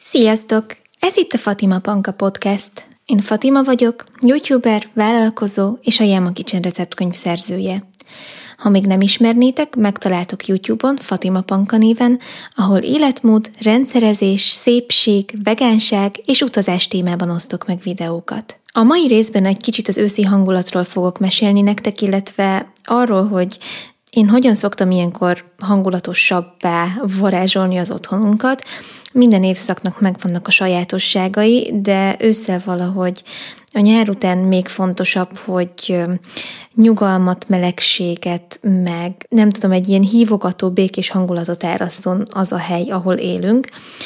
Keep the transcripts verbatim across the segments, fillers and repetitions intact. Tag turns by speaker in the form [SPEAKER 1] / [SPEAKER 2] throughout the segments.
[SPEAKER 1] Sziasztok! Ez itt a Fatima Panka Podcast. Én Fatima vagyok, youtuber, vállalkozó és a Yama Kitchen receptkönyv szerzője. Ha még nem ismernétek, megtaláltok YouTube-on Fatima Panka néven, ahol életmód, rendszerezés, szépség, vegánság és utazás témában osztok meg videókat. A mai részben egy kicsit az őszi hangulatról fogok mesélni nektek, illetve arról, hogy én hogyan szoktam ilyenkor hangulatosabbá varázsolni az otthonunkat. Minden évszaknak megvannak a sajátosságai, de ősszel valahogy a nyár után még fontosabb, hogy nyugalmat, melegséget, meg nem tudom, egy ilyen hívogató, békés hangulatot árasszon az a hely, ahol élünk.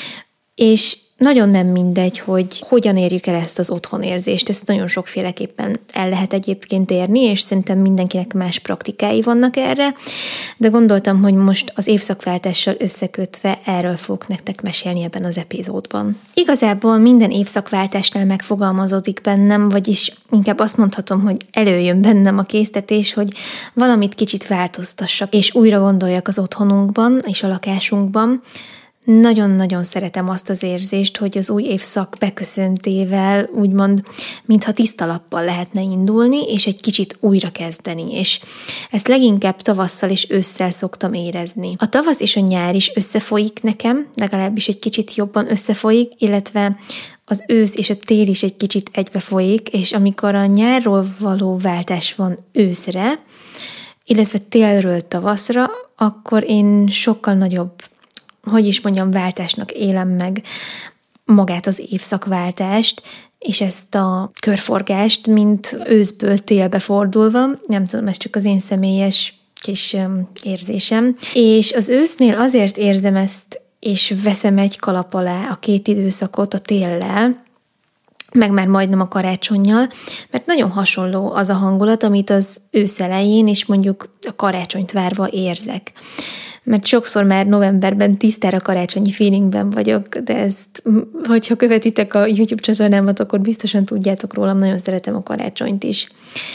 [SPEAKER 1] És nagyon nem mindegy, hogy hogyan érjük el ezt az otthonérzést. Ezt nagyon sokféleképpen el lehet egyébként érni, és szerintem mindenkinek más praktikái vannak erre, de gondoltam, hogy most az évszakváltással összekötve erről fogok nektek mesélni ebben az epizódban. Igazából minden évszakváltásnál megfogalmazódik bennem, vagyis inkább azt mondhatom, hogy előjön bennem a késztetés, hogy valamit kicsit változtassak, és újra gondoljak az otthonunkban és a lakásunkban. Nagyon-nagyon szeretem azt az érzést, hogy az új évszak beköszöntével úgymond, mintha tiszta lappal lehetne indulni, és egy kicsit újra kezdeni, és ezt leginkább tavasszal és ősszel szoktam érezni. A tavasz és a nyár is összefolyik nekem, legalábbis egy kicsit jobban összefolyik, illetve az ősz és a tél is egy kicsit egybefolyik, és amikor a nyárról való váltás van őszre, illetve télről tavaszra, akkor én sokkal nagyobb hogy is mondjam, váltásnak élem meg magát az évszakváltást, és ezt a körforgást, mint őszből télbe fordulva, nem tudom, ez csak az én személyes kis érzésem. És az ősznél azért érzem ezt, és veszem egy kalap alá a két időszakot a téllel, meg már majdnem a karácsonnyal, mert nagyon hasonló az a hangulat, amit az ősz elején, és mondjuk a karácsonyt várva érzek. Mert sokszor már novemberben tisztára karácsonyi feelingben vagyok, de ezt, hogyha követitek a YouTube csatornámat, akkor biztosan tudjátok rólam, nagyon szeretem a karácsonyt is.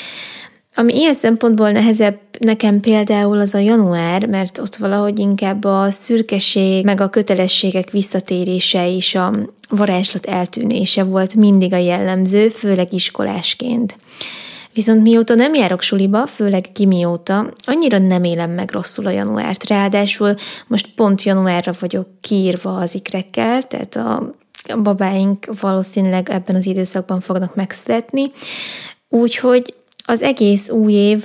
[SPEAKER 1] Ami ilyen szempontból nehezebb nekem például az a január, mert ott valahogy inkább a szürkeség, meg a kötelességek visszatérése és a varázslat eltűnése volt mindig a jellemző, főleg iskolásként. Viszont mióta nem járok suliba, főleg ki mióta, annyira nem élem meg rosszul a januárt. Ráadásul most pont januárra vagyok kiírva az ikrekkel, tehát a babáink valószínűleg ebben az időszakban fognak megszületni. Úgyhogy az egész új év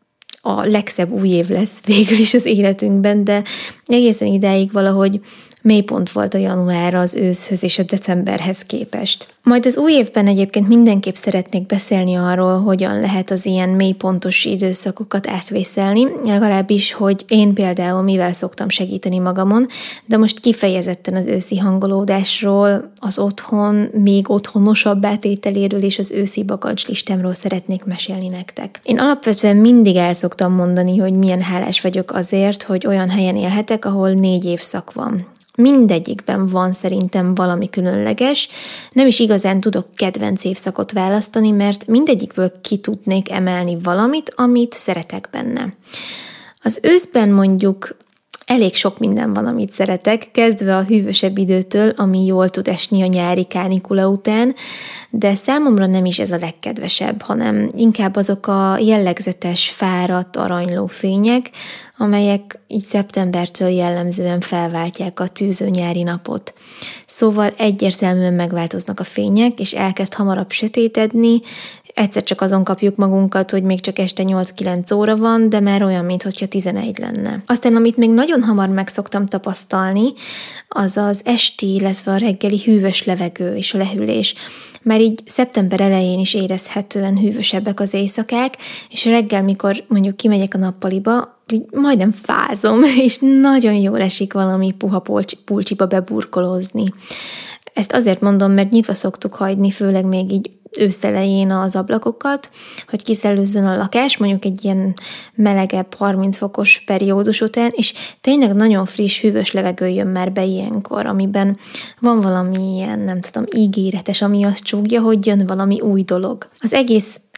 [SPEAKER 1] a legszebb új év lesz végül is az életünkben, de egészen idáig valahogy mélypont volt a január az őszhöz és a decemberhez képest. Majd az új évben egyébként mindenképp szeretnék beszélni arról, hogyan lehet az ilyen mélypontos időszakokat átvészelni, legalábbis, hogy én például mivel szoktam segíteni magamon, de most kifejezetten az őszi hangolódásról, az otthon, még otthonosabb átételéről és az őszi bakancslistámról szeretnék mesélni nektek. Én alapvetően mindig el szoktam mondani, hogy milyen hálás vagyok azért, hogy olyan helyen élhetek, ahol négy évszak van. Mindegyikben van szerintem valami különleges, nem is igazán tudok kedvenc évszakot választani, mert mindegyikből ki tudnék emelni valamit, amit szeretek benne. Az őszben mondjuk elég sok minden van, amit szeretek, kezdve a hűvösebb időtől, ami jól tud esni a nyári kánikula után, de számomra nem is ez a legkedvesebb, hanem inkább azok a jellegzetes, fáradt, aranyló fények, amelyek így szeptembertől jellemzően felváltják a tűző nyári napot. Szóval egyértelműen megváltoznak a fények, és elkezd hamarabb sötétedni, egyszer csak azon kapjuk magunkat, hogy még csak este nyolc-kilenc óra van, de már olyan, mintha tizenegy lenne. Aztán, amit még nagyon hamar meg szoktam tapasztalni, az az esti, illetve a reggeli hűvös levegő és a lehűlés. Már így szeptember elején is érezhetően hűvösebbek az éjszakák, és reggel, mikor mondjuk kimegyek a nappaliba, majdnem fázom, és nagyon jól esik valami puha pulcsiba beburkolózni. Ezt azért mondom, mert nyitva szoktuk hagyni, főleg még így őszelején az ablakokat, hogy kiszellőzzön a lakás, mondjuk egy ilyen melegebb, harminc fokos periódus után, és tényleg nagyon friss, hűvös levegő jön már be ilyenkor, amiben van valami ilyen, nem tudom, ígéretes, ami azt csúgja, hogy jön valami új dolog. Az egész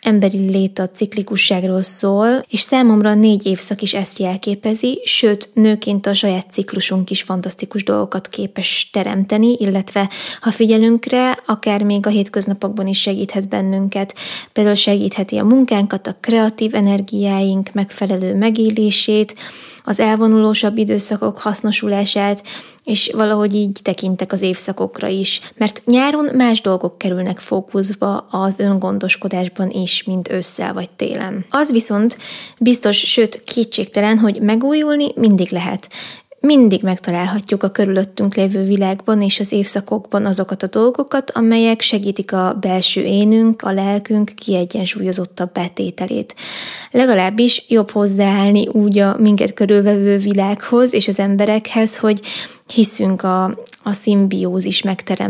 [SPEAKER 1] emberi lét a ciklikusságról szól, és számomra a négy évszak is ezt jelképezi, sőt, nőként a saját ciklusunk is fantasztikus dolgokat képes teremteni, illetve ha figyelünk rá, akár még a hétköznapokban is segíthet bennünket. Például segítheti a munkánkat, a kreatív energiáink megfelelő megélését, az elvonulósabb időszakok hasznosulását, és valahogy így tekintek az évszakokra is, mert nyáron más dolgok kerülnek fókuszba az öngondoskodásban is, mint ősszel vagy télen. Az viszont biztos, sőt kétségtelen, hogy megújulni mindig lehet. Mindig megtalálhatjuk a körülöttünk lévő világban és az évszakokban azokat a dolgokat, amelyek segítik a belső énünk, a lelkünk kiegyensúlyozottabb betételét. Legalábbis jobb hozzáállni úgy a minket körülvevő világhoz és az emberekhez, hogy hiszünk a, a szimbiózis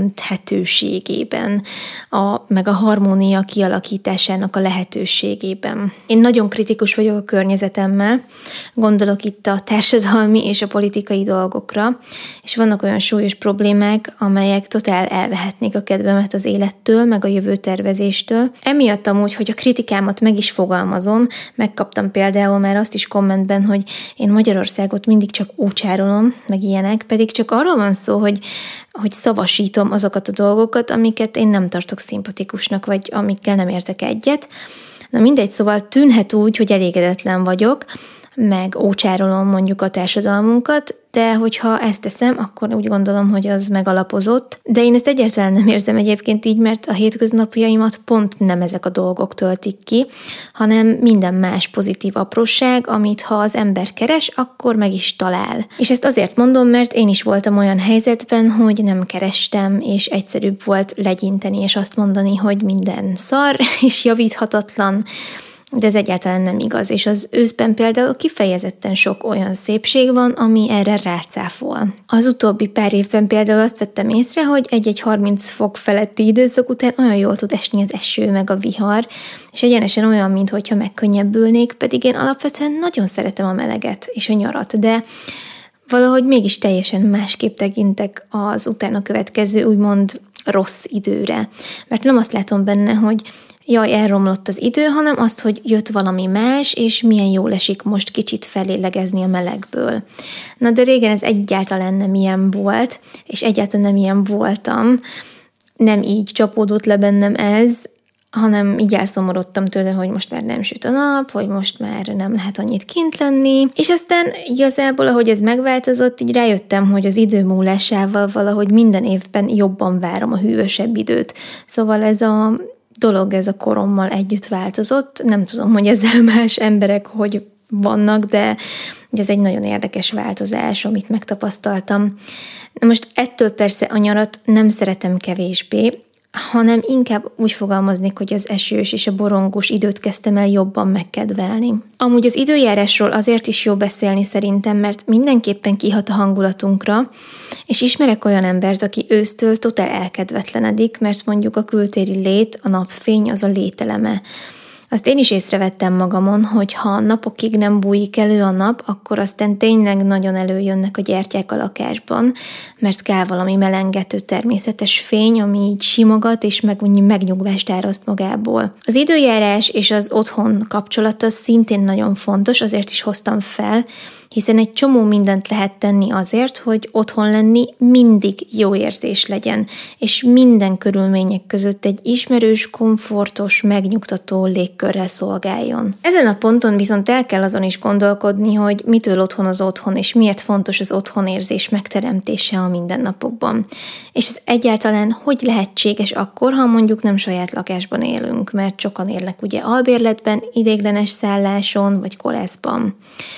[SPEAKER 1] megteremthetőségében, a, meg a harmónia kialakításának a lehetőségében. Én nagyon kritikus vagyok a környezetemmel, gondolok itt a társadalmi és a politikai dolgokra, és vannak olyan súlyos problémák, amelyek totál elvehetnék a kedvemet az élettől, meg a jövőtervezéstől. Emiatt amúgy, hogy a kritikámat meg is fogalmazom, megkaptam például már azt is kommentben, hogy én Magyarországot mindig csak ócsárolom, meg ilyenek, pedig csak arról van szó, hogy, hogy szavasítom azokat a dolgokat, amiket én nem tartok szimpatikusnak, vagy amikkel nem értek egyet. Na mindegy, szóval tűnhet úgy, hogy elégedetlen vagyok, meg ócsárolom mondjuk a társadalmunkat, de hogyha ezt teszem, akkor úgy gondolom, hogy az megalapozott. De én ezt egyáltalán nem érzem egyébként így, mert a hétköznapjaimat pont nem ezek a dolgok töltik ki, hanem minden más pozitív apróság, amit ha az ember keres, akkor meg is talál. És ezt azért mondom, mert én is voltam olyan helyzetben, hogy nem kerestem, és egyszerűbb volt legyinteni, és azt mondani, hogy minden szar, és javíthatatlan, de ez egyáltalán nem igaz, és az őszben például kifejezetten sok olyan szépség van, ami erre rácáfol. Az utóbbi pár évben például azt vettem észre, hogy egy-egy harminc fok feletti időszak után olyan jól tud esni az eső meg a vihar, és egyenesen olyan, mintha megkönnyebbülnék, pedig én alapvetően nagyon szeretem a meleget és a nyarat, de valahogy mégis teljesen másképp tekintek az utána következő úgymond rossz időre. Mert nem azt látom benne, hogy jaj, elromlott az idő, hanem azt, hogy jött valami más, és milyen jól esik most kicsit felélegezni a melegből. Na de régen ez egyáltalán nem ilyen volt, és egyáltalán nem ilyen voltam. Nem így csapódott le bennem ez, hanem így elszomorodtam tőle, hogy most már nem süt a nap, hogy most már nem lehet annyit kint lenni. És aztán igazából, ahogy ez megváltozott, így rájöttem, hogy az idő múlásával valahogy minden évben jobban várom a hűvösebb időt. Szóval ez a dolog, ez a korommal együtt változott. Nem tudom, hogy ezzel más emberek hogy vannak, de ez egy nagyon érdekes változás, amit megtapasztaltam. Na most ettől persze a nyarat nem szeretem kevésbé, hanem inkább úgy fogalmaznék, hogy az esős és a borongós időt kezdtem el jobban megkedvelni. Amúgy az időjárásról azért is jó beszélni szerintem, mert mindenképpen kihat a hangulatunkra, és ismerek olyan embert, aki ősztől totál elkedvetlenedik, mert mondjuk a kültéri lét, a napfény az a lételeme. Azt én is észrevettem magamon, hogy ha napokig nem bújik elő a nap, akkor aztán tényleg nagyon előjönnek a gyertyák a lakásban, mert kell valami melengető természetes fény, ami így simogat és meg, megnyugvást áraszt magából. Az időjárás és az otthon kapcsolata szintén nagyon fontos, azért is hoztam fel, hiszen egy csomó mindent lehet tenni azért, hogy otthon lenni mindig jó érzés legyen, és minden körülmények között egy ismerős, komfortos, megnyugtató légkörrel szolgáljon. Ezen a ponton viszont el kell azon is gondolkodni, hogy mitől otthon az otthon, és miért fontos az otthonérzés megteremtése a mindennapokban. És ez egyáltalán hogy lehetséges akkor, ha mondjuk nem saját lakásban élünk, mert sokan élnek ugye albérletben, ideiglenes szálláson vagy kolászban.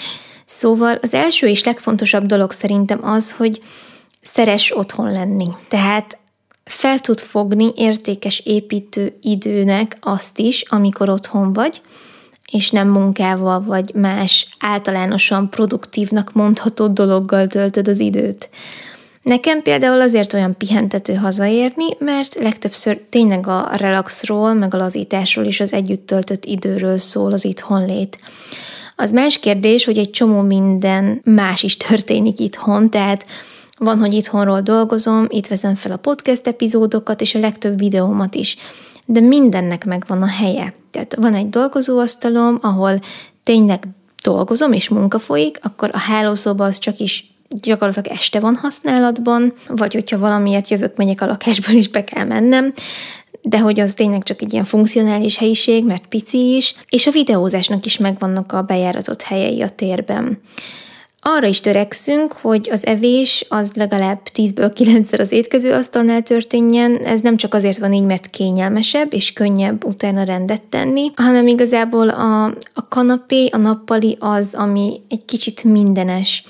[SPEAKER 1] Szóval az első és legfontosabb dolog szerintem az, hogy szeress otthon lenni. Tehát fel tud fogni értékes építő időnek azt is, amikor otthon vagy, és nem munkával vagy más általánosan produktívnak mondható dologgal töltöd az időt. Nekem például azért olyan pihentető hazaérni, mert legtöbbször tényleg a relaxról, meg a lazításról és az együtt töltött időről szól az itthonlét. Az más kérdés, hogy egy csomó minden más is történik itthon, tehát Van, hogy itthonról dolgozom, itt vezem fel a podcast epizódokat, és a legtöbb videómat is. De mindennek megvan a helye. Tehát van egy dolgozóasztalom, ahol tényleg dolgozom, és munka folyik, akkor a hálószoba az csak is gyakorlatilag este van használatban, vagy hogyha valamiért jövök, megyek a lakásból is be kell mennem, de hogy az tényleg csak egy ilyen funkcionális helyiség, mert pici is, és a videózásnak is megvannak a bejáratott helyei a térben. Arra is törekszünk, hogy az evés az legalább tízből kilencszer az étkezőasztalnál történjen. Ez nem csak azért van így, mert kényelmesebb és könnyebb utána rendet tenni, hanem igazából a, a kanapé, a nappali az, ami egy kicsit mindenes.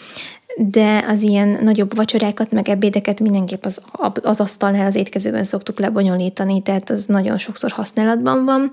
[SPEAKER 1] De az ilyen nagyobb vacsorákat, meg ebédeket mindenképp az, az asztalnál, az étkezőben szoktuk lebonyolítani, tehát az nagyon sokszor használatban van.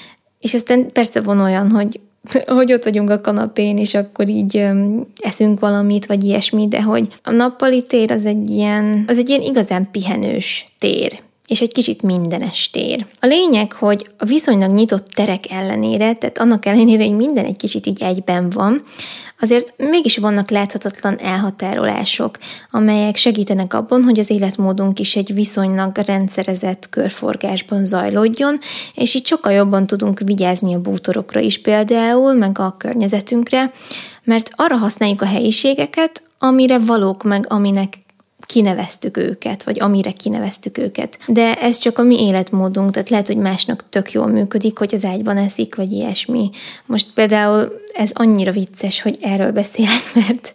[SPEAKER 1] És aztán persze van olyan, hogy hogy ott vagyunk a kanapén, és akkor így öm, eszünk valamit, vagy ilyesmi, de hogy a nappali tér az egy ilyen, az egy ilyen igazán pihenős tér, és egy kicsit mindenes tér. A lényeg, hogy a viszonylag nyitott terek ellenére, tehát annak ellenére, hogy minden egy kicsit így egyben van, azért mégis vannak láthatatlan elhatárolások, amelyek segítenek abban, hogy az életmódunk is egy viszonylag rendszerezett körforgásban zajlódjon, és így sokkal jobban tudunk vigyázni a bútorokra is például, meg a környezetünkre, mert arra használjuk a helyiségeket, amire valók meg, aminek kineveztük őket, vagy amire kineveztük őket. De ez csak a mi életmódunk, tehát lehet, hogy másnak tök jól működik, hogy az ágyban eszik, vagy ilyesmi. Most például ez annyira vicces, hogy erről beszélek, mert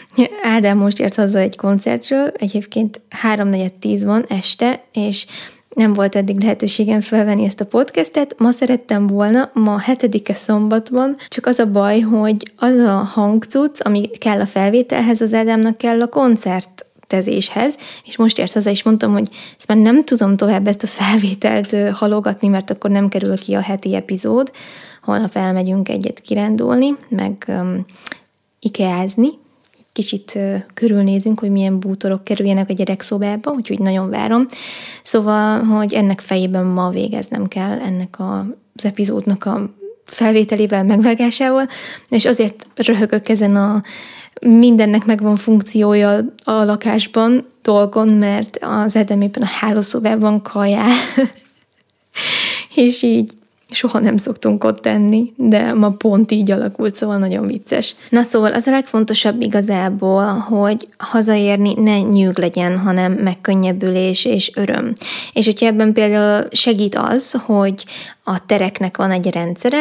[SPEAKER 1] Ádám most ért haza egy koncertről, egyébként háromnegyed tíz van este, és nem volt eddig lehetőségem felvenni ezt a podcastet, ma szerettem volna, ma hetedike szombat van, csak az a baj, hogy az a hangcucc, ami kell a felvételhez, az Ádámnak kell a koncert tezéshez, és most ért haza, és mondtam, hogy ezt már nem tudom tovább ezt a felvételt halogatni, mert akkor nem kerül ki a heti epizód. Holnap elmegyünk egyet kirándulni, meg um, ikeázni, kicsit uh, körülnézünk, hogy milyen bútorok kerüljenek a gyerekszobába, úgyhogy nagyon várom. Szóval, hogy ennek fejében ma végeznem kell, ennek a, az epizódnak a felvételével, megvágásával, és azért röhögök ezen a mindennek megvan funkciója a lakásban, dolgon, mert az Ádám éppen a hálószobában kajál, és így soha nem szoktunk ott tenni, de ma pont így alakult, szóval nagyon vicces. Na szóval az a legfontosabb igazából, hogy hazaérni ne nyűg legyen, hanem megkönnyebbülés és öröm. És hogyha ebben például segít az, hogy a tereknek van egy rendszere,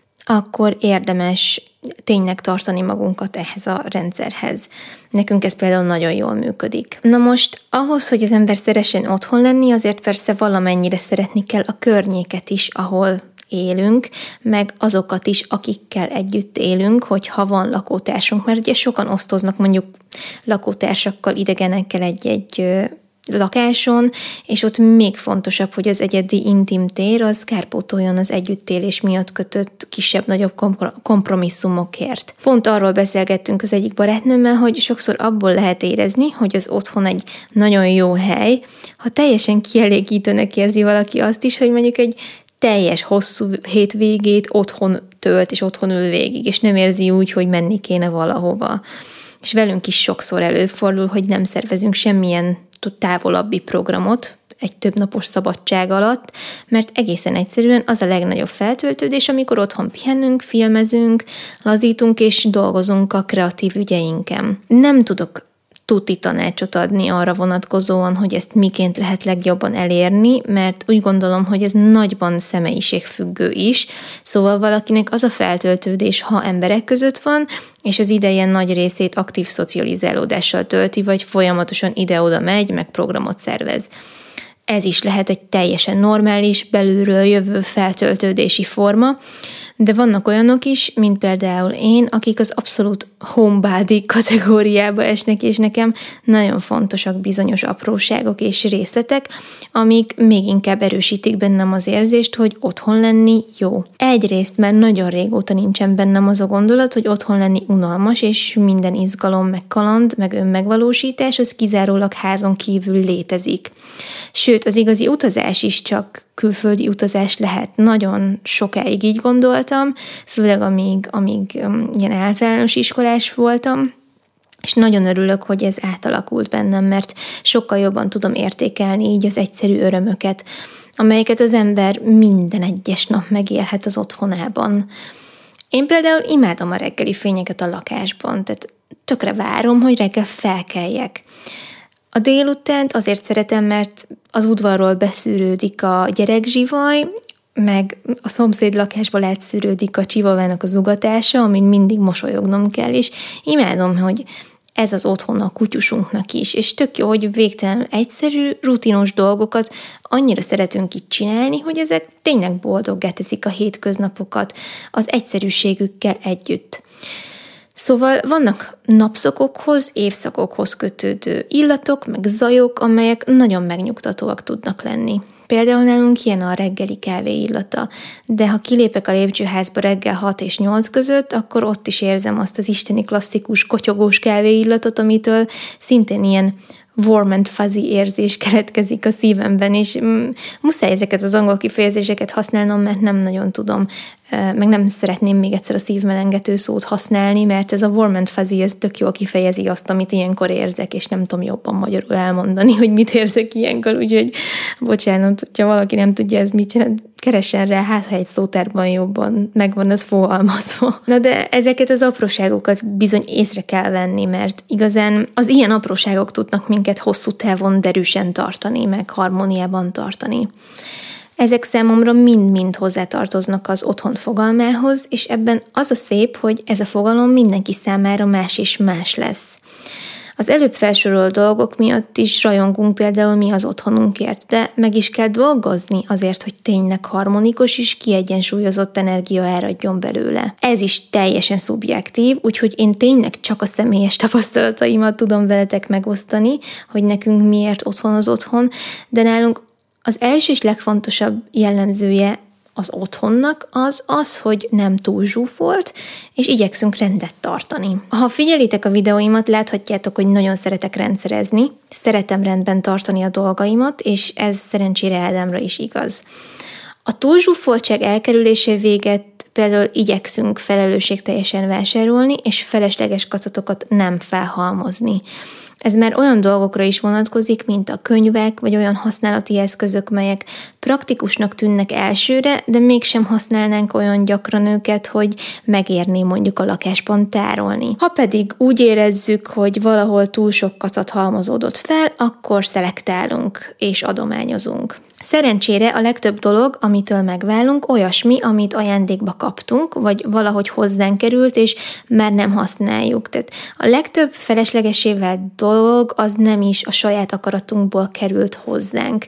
[SPEAKER 1] akkor érdemes tényleg tartani magunkat ehhez a rendszerhez. Nekünk ez például nagyon jól működik. Na most ahhoz, hogy az ember szeressen otthon lenni, azért persze valamennyire szeretni kell a környéket is, ahol élünk, meg azokat is, akikkel együtt élünk, hogyha van lakótársunk, mert ugye sokan osztoznak mondjuk lakótársakkal, idegenekkel egy-egy lakáson, és ott még fontosabb, hogy az egyedi intim tér az kárpótoljon az együttélés miatt kötött kisebb-nagyobb kompromisszumokért. Pont arról beszélgettünk az egyik barátnőmmel, hogy sokszor abból lehet érezni, hogy az otthon egy nagyon jó hely, ha teljesen kielégítőnek érzi valaki azt is, hogy mondjuk egy teljes hosszú hétvégét otthon tölt, és otthon ül végig, és nem érzi úgy, hogy menni kéne valahova. És velünk is sokszor előfordul, hogy nem szervezünk semmilyen távolabbi programot egy többnapos szabadság alatt, mert egészen egyszerűen az a legnagyobb feltöltődés, amikor otthon pihenünk, filmezünk, lazítunk és dolgozunk a kreatív ügyeinken. Nem tudok tuti tanácsot adni arra vonatkozóan, hogy ezt miként lehet legjobban elérni, mert úgy gondolom, hogy ez nagyban személyiségfüggő is, szóval valakinek az a feltöltődés, ha emberek között van, és az ideje nagy részét aktív szocializálódással tölti, vagy folyamatosan ide-oda megy, meg programot szervez. Ez is lehet egy teljesen normális, belülről jövő feltöltődési forma, de vannak olyanok is, mint például én, akik az abszolút homebody kategóriába esnek, és nekem nagyon fontosak bizonyos apróságok és részletek, amik még inkább erősítik bennem az érzést, hogy otthon lenni jó. Egyrészt már nagyon régóta nincsen bennem az a gondolat, hogy otthon lenni unalmas, és minden izgalom, meg kaland, meg önmegvalósítás, az kizárólag házon kívül létezik. Sőt, az igazi utazás is csak külföldi utazás lehet. Nagyon sokáig így gondoltam, főleg amíg, amíg um, ilyen általános iskolás voltam, És nagyon örülök, hogy ez átalakult bennem, mert sokkal jobban tudom értékelni így az egyszerű örömöket, amelyeket az ember minden egyes nap megélhet az otthonában. Én például imádom a reggeli fényeket a lakásban, tehát tökre várom, hogy reggel felkeljek. A délutánt azért szeretem, mert az udvarról beszűrődik a gyerekzsivaj, meg a szomszéd lakásból átszűrődik a csivavának az ugatása, amin mindig mosolyognom kell, és imádom, hogy ez az otthon a kutyusunknak is, és tök jó, hogy végtelen egyszerű, rutinos dolgokat annyira szeretünk itt csinálni, hogy ezek tényleg boldoggá teszik a hétköznapokat az egyszerűségükkel együtt. Szóval vannak napszakokhoz, évszakokhoz kötődő illatok, meg zajok, amelyek nagyon megnyugtatóak tudnak lenni. Például nálunk ilyen a reggeli kávé illata, de ha kilépek a lépcsőházba reggel hat és nyolc között, akkor ott is érzem azt az isteni klasszikus kotyogós kávé illatot, amitől szintén ilyen warm and fuzzy érzés keletkezik a szívemben, és muszáj ezeket az angol kifejezéseket használnom, mert nem nagyon tudom, meg nem szeretném még egyszer a szívmelengető szót használni, mert ez a warm and fuzzy, ez tök jól kifejezi azt, amit ilyenkor érzek, és nem tudom jobban magyarul elmondani, hogy mit érzek ilyenkor, úgyhogy bocsánat, hogyha valaki nem tudja, ez mit jelent, keressen rá, hát ha egy szótárban jobban megvan ez fogalmazva. Na de ezeket az apróságokat bizony észre kell venni, mert igazán az ilyen apróságok tudnak minket hosszú távon derűsen tartani, meg harmóniában tartani. Ezek számomra mind-mind hozzátartoznak az otthon fogalmához, és ebben az a szép, hogy ez a fogalom mindenki számára más és más lesz. Az előbb felsorolt dolgok miatt is rajongunk például mi az otthonunkért, de meg is kell dolgozni azért, hogy tényleg harmonikus és kiegyensúlyozott energia áradjon belőle. Ez is teljesen szubjektív, úgyhogy én tényleg csak a személyes tapasztalataimat tudom veletek megosztani, hogy nekünk miért otthon az otthon, de nálunk az első és legfontosabb jellemzője az otthonnak az az, hogy nem túl zsúfolt, és igyekszünk rendet tartani. Ha figyelitek a videóimat, láthatjátok, hogy nagyon szeretek rendszerezni, szeretem rendben tartani a dolgaimat, és ez szerencsére Ádámra is igaz. A túlzsúfoltság elkerülése véget például igyekszünk felelősségteljesen vásárolni, és felesleges kacatokat nem felhalmozni. Ez már olyan dolgokra is vonatkozik, mint a könyvek, vagy olyan használati eszközök, melyek praktikusnak tűnnek elsőre, de mégsem használnánk olyan gyakran őket, hogy megérné mondjuk a lakásban tárolni. Ha pedig úgy érezzük, hogy valahol túl sok kacat halmozódott fel, akkor szelektálunk és adományozunk. Szerencsére a legtöbb dolog, amitől megválunk, olyasmi, amit ajándékba kaptunk, vagy valahogy hozzánk került, és már nem használjuk. Tehát a legtöbb feleslegessé vált dolog az nem is a saját akaratunkból került hozzánk.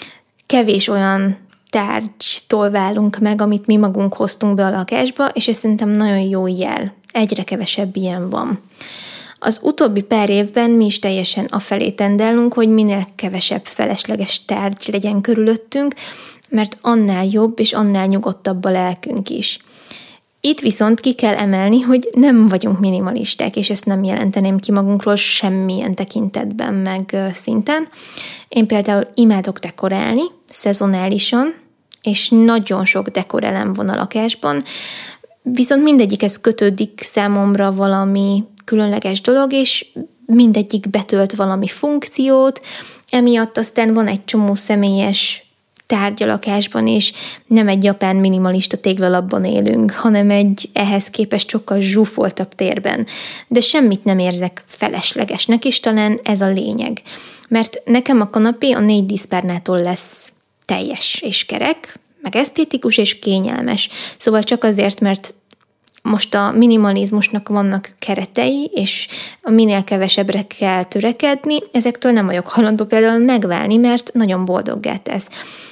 [SPEAKER 1] Kevés olyan tárgytól válunk meg, amit mi magunk hoztunk be a lakásba, és ez szerintem nagyon jó jel. Egyre kevesebb ilyen van. Az utóbbi pár évben mi is teljesen afelé tendálunk, hogy minél kevesebb felesleges tárgy legyen körülöttünk, mert annál jobb és annál nyugodtabb a lelkünk is. Itt viszont ki kell emelni, hogy nem vagyunk minimalisták, és ezt nem jelenteném ki magunkról semmilyen tekintetben meg szinten. Én például imádok dekorálni, szezonálisan, és nagyon sok dekorelem van a lakásban, viszont mindegyikhez kötődik számomra valami különleges dolog, és mindegyik betölt valami funkciót, emiatt aztán van egy csomó személyes tárgy a lakásban, és nem egy japán minimalista téglalapban élünk, hanem egy ehhez képest sokkal zsúfoltabb térben. De semmit nem érzek feleslegesnek, és talán ez a lényeg. Mert nekem a kanapé a négy díszpárnától lesz teljes és kerek, meg esztétikus és kényelmes. Szóval csak azért, mert most a minimalizmusnak vannak keretei, és minél kevesebbre kell törekedni, ezektől nem vagyok hajlandó például megválni, mert nagyon boldoggá tesz.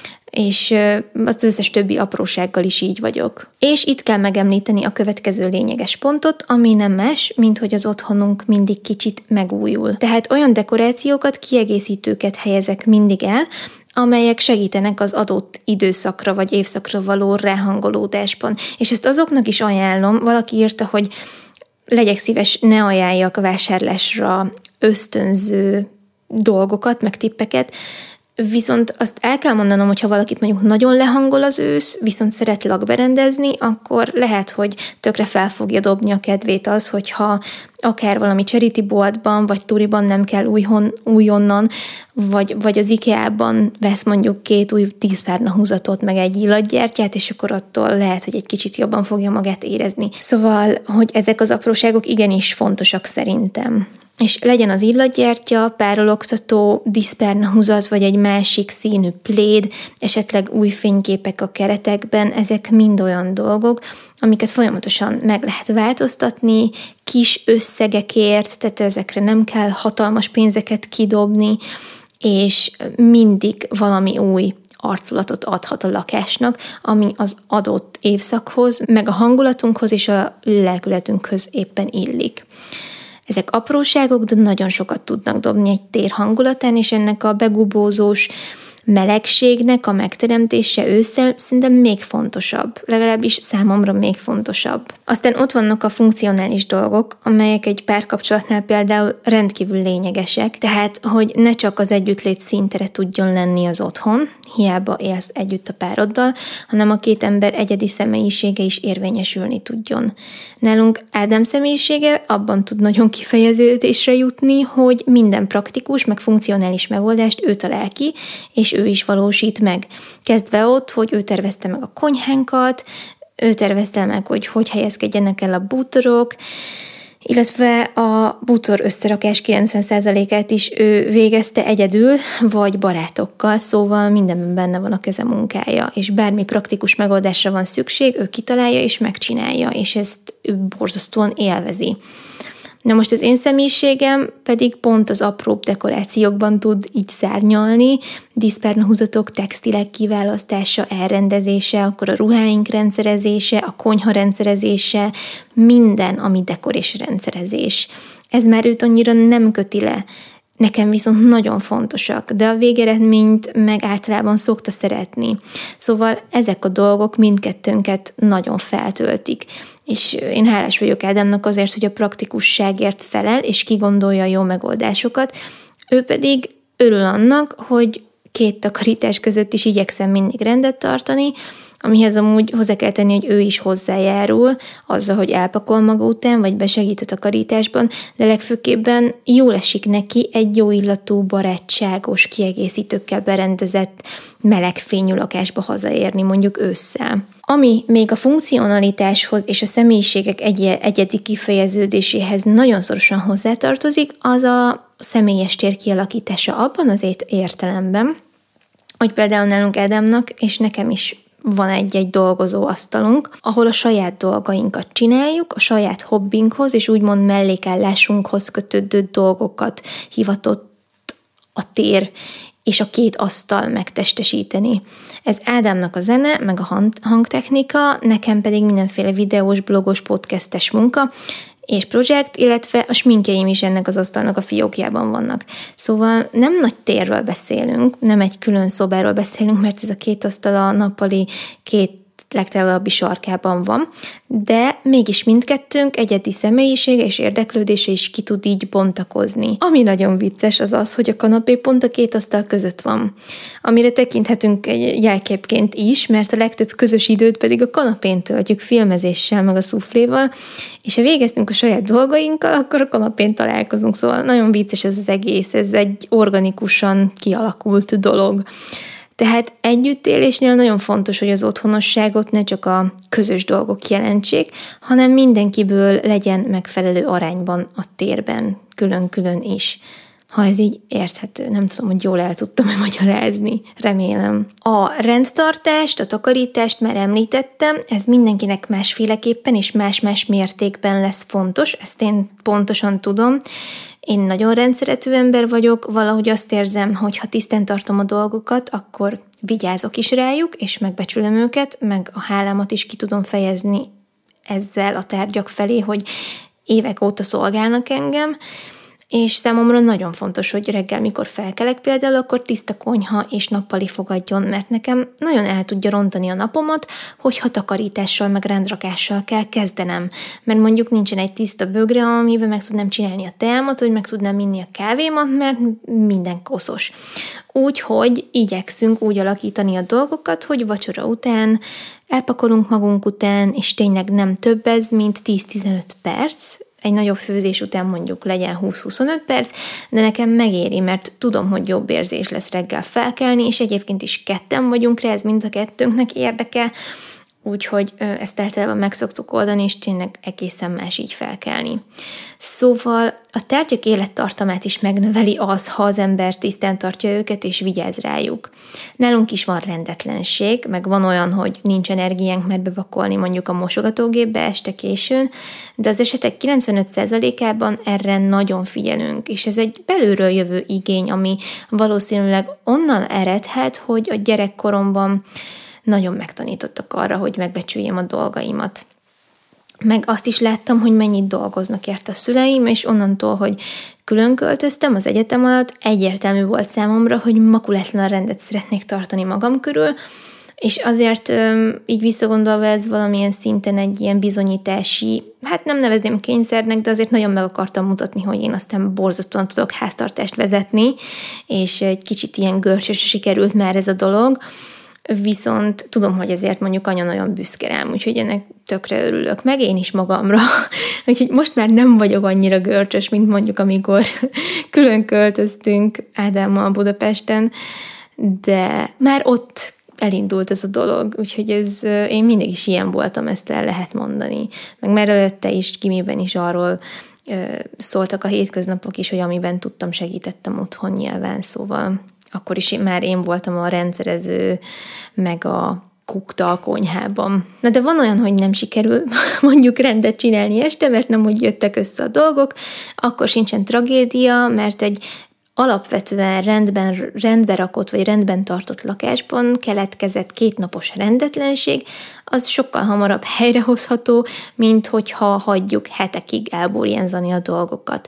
[SPEAKER 1] És az összes többi aprósággal is így vagyok. És itt kell megemlíteni a következő lényeges pontot, ami nem más, mint hogy az otthonunk mindig kicsit megújul. Tehát olyan dekorációkat, kiegészítőket helyezek mindig el, amelyek segítenek az adott időszakra vagy évszakra való ráhangolódásban. És ezt azoknak is ajánlom, valaki írta, hogy legyek szíves, ne ajánljak vásárlásra ösztönző dolgokat, meg tippeket. Viszont azt el kell mondanom, hogy ha valakit mondjuk nagyon lehangol az ősz, viszont szeret lakberendezni, akkor lehet, hogy tökre fel fogja dobni a kedvét az, hogyha akár valami charity boltban, vagy turiban nem kell újhon, újonnan, vagy, vagy az IKEA-ban vesz mondjuk két új tízpárna húzatot, meg egy illatgyertyát, és akkor attól lehet, hogy egy kicsit jobban fogja magát érezni. Szóval, hogy ezek az apróságok igenis fontosak szerintem. És legyen az illatgyertya, párologtató, diszperna húzat, vagy egy másik színű pléd, esetleg új fényképek a keretekben, ezek mind olyan dolgok, amiket folyamatosan meg lehet változtatni, kis összegekért, tehát ezekre nem kell hatalmas pénzeket kidobni, és mindig valami új arculatot adhat a lakásnak, ami az adott évszakhoz, meg a hangulatunkhoz és a lelkületünkhöz éppen illik. Ezek apróságok, de nagyon sokat tudnak dobni egy tér hangulatán, és ennek a begubózós melegségnek a megteremtése ősszel szerintem még fontosabb, legalábbis számomra még fontosabb. Aztán ott vannak a funkcionális dolgok, amelyek egy párkapcsolatnál például rendkívül lényegesek, tehát hogy ne csak az együttlét színtere tudjon lenni az otthon, hiába élsz együtt a pároddal, hanem a két ember egyedi személyisége is érvényesülni tudjon. Nálunk Ádám személyisége abban tud nagyon kifejeződésre jutni, hogy minden praktikus, meg funkcionális megoldást ő talál ki, és ő is valósít meg. Kezdve ott, hogy ő tervezte meg a konyhánkat, ő tervezte meg, hogy hogy helyezkedjenek el a bútorok, illetve a bútor összerakás kilencven százalékát is ő végezte egyedül, vagy barátokkal, szóval mindenben benne van a keze munkája, és bármi praktikus megoldásra van szükség, ő kitalálja és megcsinálja, és ezt ő borzasztóan élvezi. Na most az én személyiségem pedig pont az apróbb dekorációkban tud így szárnyalni, diszpernahúzatok, textilek kiválasztása, elrendezése, akkor a ruháink rendszerezése, a konyha rendszerezése, minden, ami dekor és rendszerezés. Ez már őt annyira nem köti le, nekem viszont nagyon fontosak, de a végeredményt meg általában szokta szeretni. Szóval ezek a dolgok mindkettőnket nagyon feltöltik. És én hálás vagyok Ádámnak azért, hogy a praktikusságért felel, és kigondolja a jó megoldásokat. Ő pedig örül annak, hogy két takarítás között is igyekszem mindig rendet tartani, amihez amúgy hozzá kell tenni, hogy ő is hozzájárul azzal, hogy elpakol maga után, vagy besegít a takarításban, de legfőképpen jól esik neki egy jó illatú, barátságos, kiegészítőkkel berendezett, melegfényű lakásba hazaérni, mondjuk ősszel. Ami még a funkcionalitáshoz és a személyiségek egy- egyedi kifejeződéséhez nagyon szorosan hozzátartozik, az a személyes tér kialakítása abban az értelemben, hogy például nálunk Ádámnak és nekem is van egy-egy dolgozó asztalunk, ahol a saját dolgainkat csináljuk, a saját hobbinkhoz és úgymond mellékállásunkhoz kötődő dolgokat hivatott a tér és a két asztal megtestesíteni. Ez Ádámnak a zene, meg a hangtechnika, nekem pedig mindenféle videós, blogos, podcastes munka, és projekt, illetve a sminkjeim is ennek az asztalnak a fiókjában vannak. Szóval nem nagy térről beszélünk, nem egy külön szobáról beszélünk, mert ez a két asztal a nappali két legtávolabbi sarkában van, de mégis mindkettőnk egyedi személyisége és érdeklődése is ki tud így bontakozni. Ami nagyon vicces az az, hogy a kanapé pont a két asztal között van, amire tekinthetünk egy jelképként is, mert a legtöbb közös időt pedig a kanapén töltjük filmezéssel, meg a szufléval, és ha végeztünk a saját dolgainkkal, akkor a kanapén találkozunk, szóval nagyon vicces ez az egész, ez egy organikusan kialakult dolog. Tehát együttélésnél nagyon fontos, hogy az otthonosságot ne csak a közös dolgok jelentsék, hanem mindenkiből legyen megfelelő arányban a térben, külön-külön is. Ha ez így érthető, nem tudom, hogy jól el tudtam-e magyarázni, remélem. A rendtartást, a takarítást már említettem, ez mindenkinek másféleképpen és más-más mértékben lesz fontos, ezt én pontosan tudom. Én nagyon rendszeretű ember vagyok, valahogy azt érzem, hogy ha tisztán tartom a dolgokat, akkor vigyázok is rájuk, és megbecsülöm őket, meg a hálámat is ki tudom fejezni ezzel a tárgyak felé, hogy évek óta szolgálnak engem. és számomra nagyon fontos, hogy reggel, mikor felkelek például, akkor tiszta konyha és nappali fogadjon, mert nekem nagyon el tudja rontani a napomat, hogyha takarítással, meg rendrakással kell kezdenem, mert mondjuk nincsen egy tiszta bögre, amiben meg tudnám csinálni a teámat, hogy meg tudnám inni a kávémat, mert minden koszos. Úgyhogy igyekszünk úgy alakítani a dolgokat, hogy vacsora után elpakolunk magunk után, és tényleg nem több ez, mint tíz-tizenöt perc, egy nagyobb főzés után mondjuk legyen húsz-huszonöt perc, de nekem megéri, mert tudom, hogy jobb érzés lesz reggel felkelni, és egyébként is ketten vagyunk rá, ez mind a kettőnknek érdeke, úgyhogy ezt általában meg szoktuk oldani, és tényleg egészen más így felkelni. Szóval a tárgyak élettartamát is megnöveli az, ha az ember tisztán tartja őket, és vigyáz rájuk. Nálunk is van rendetlenség, meg van olyan, hogy nincs energiánk mert bepakolni mondjuk a mosogatógépbe este későn, de az esetek kilencvenöt százalékában erre nagyon figyelünk, és ez egy belülről jövő igény, ami valószínűleg onnan eredhet, hogy a gyerekkoromban nagyon megtanítottak arra, hogy megbecsüljem a dolgaimat. Meg azt is láttam, hogy mennyit dolgoznak érte a szüleim, és onnantól, hogy külön költöztem az egyetem alatt, egyértelmű volt számomra, hogy makulátlan rendet szeretnék tartani magam körül, és azért így visszagondolva ez valamilyen szinten egy ilyen bizonyítási, hát nem nevezném kényszernek, de azért nagyon meg akartam mutatni, hogy én aztán borzasztóan tudok háztartást vezetni, és egy kicsit ilyen görcsösre sikerült már ez a dolog, viszont tudom, hogy ezért mondjuk anya nagyon büszke rám, úgyhogy ennek tökre örülök, meg én is magamra. Úgyhogy most már nem vagyok annyira görcsös, mint mondjuk amikor külön költöztünk Ádámmal Budapesten, de már ott elindult ez a dolog, úgyhogy ez, én mindig is ilyen voltam, ezt el lehet mondani. Meg már előtte is, gimiben is arról szóltak a hétköznapok is, hogy amiben tudtam, segítettem otthon nyilván, szóval akkor is már én voltam a rendszerező, meg a kukta a konyhában. Na de van olyan, hogy nem sikerül mondjuk rendet csinálni este, mert nem úgy jöttek össze a dolgok, akkor sincsen tragédia, mert egy alapvetően rendben, rendbe rakott vagy rendben tartott lakásban keletkezett kétnapos rendetlenség, az sokkal hamarabb helyrehozható, mint hogyha hagyjuk hetekig elburjánzani a dolgokat.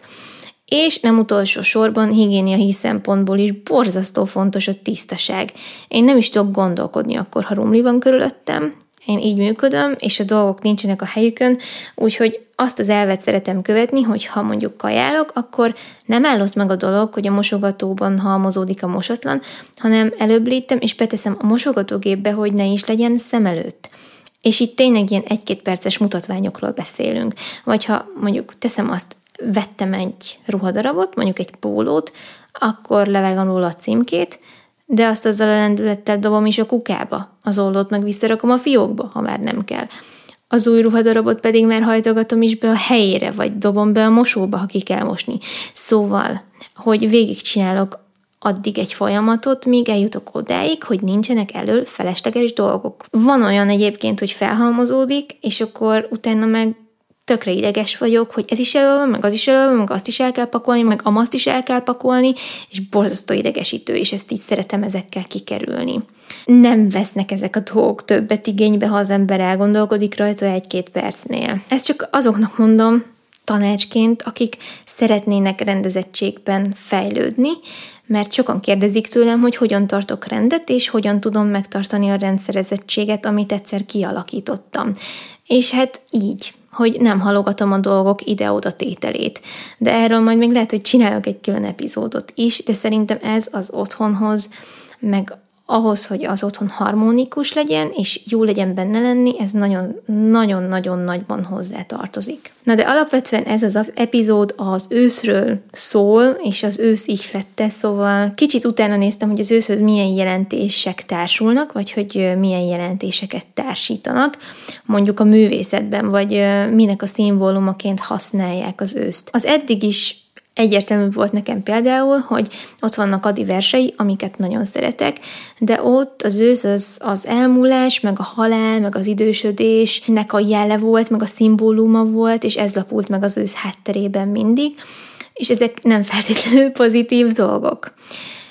[SPEAKER 1] És nem utolsó sorban higiéniai szempontból is borzasztó fontos a tisztaság. Én nem is tudok gondolkodni akkor, ha rumli van körülöttem. Én így működöm, és a dolgok nincsenek a helyükön, úgyhogy azt az elvet szeretem követni, hogy ha mondjuk kajálok, akkor nem állott meg a dolog, hogy a mosogatóban halmozódik a mosatlan, hanem előbb léptem, és beteszem a mosogatógépbe, hogy ne is legyen szem előtt. És itt tényleg ilyen egy-két perces mutatványokról beszélünk. Vagy ha mondjuk teszem azt, vettem egy ruhadarabot, mondjuk egy pólót, akkor levágom róla a címkét, de azt azzal a lendülettel dobom is a kukába. Az ollót meg visszarakom a fiókba, ha már nem kell. Az új ruhadarabot pedig már hajtogatom is be a helyére, vagy dobom be a mosóba, ha ki kell mosni. Szóval, hogy végigcsinálok addig egy folyamatot, míg eljutok odáig, hogy nincsenek elől felesleges dolgok. Van olyan egyébként, hogy felhalmozódik, és akkor utána meg tökre ideges vagyok, hogy ez is elő van, meg az is elő van, meg azt is el kell pakolni, meg amazt is el kell pakolni, és borzasztó idegesítő, és ezt így szeretem ezekkel kikerülni. Nem vesznek ezek a dolgok többet igénybe, ha az ember elgondolkodik rajta egy-két percnél. Ezt csak azoknak mondom tanácsként, akik szeretnének rendezettségben fejlődni, mert sokan kérdezik tőlem, hogy hogyan tartok rendet, és hogyan tudom megtartani a rendszerezettséget, amit egyszer kialakítottam. És hát így, hogy nem halogatom a dolgok ide-oda tételét. De erről majd még lehet, hogy csinálok egy külön epizódot is, de szerintem ez az otthonhoz, meg ahhoz, hogy az otthon harmonikus legyen, és jó legyen benne lenni, ez nagyon-nagyon-nagyon nagyban hozzá tartozik. Na de alapvetően ez az epizód az őszről szól, és az ősz ihlette, szóval kicsit utána néztem, hogy az őszhöz milyen jelentések társulnak, vagy hogy milyen jelentéseket társítanak, mondjuk a művészetben, vagy minek a szimbólumaként használják az őszt. Az eddig is egyértelmű volt nekem például, hogy ott vannak Adi versei, amiket nagyon szeretek, de ott az ősz az, az elmúlás, meg a halál, meg az idősödésnek a jele volt, meg a szimbóluma volt, és ez lapult meg az ősz hátterében mindig, és ezek nem feltétlenül pozitív dolgok.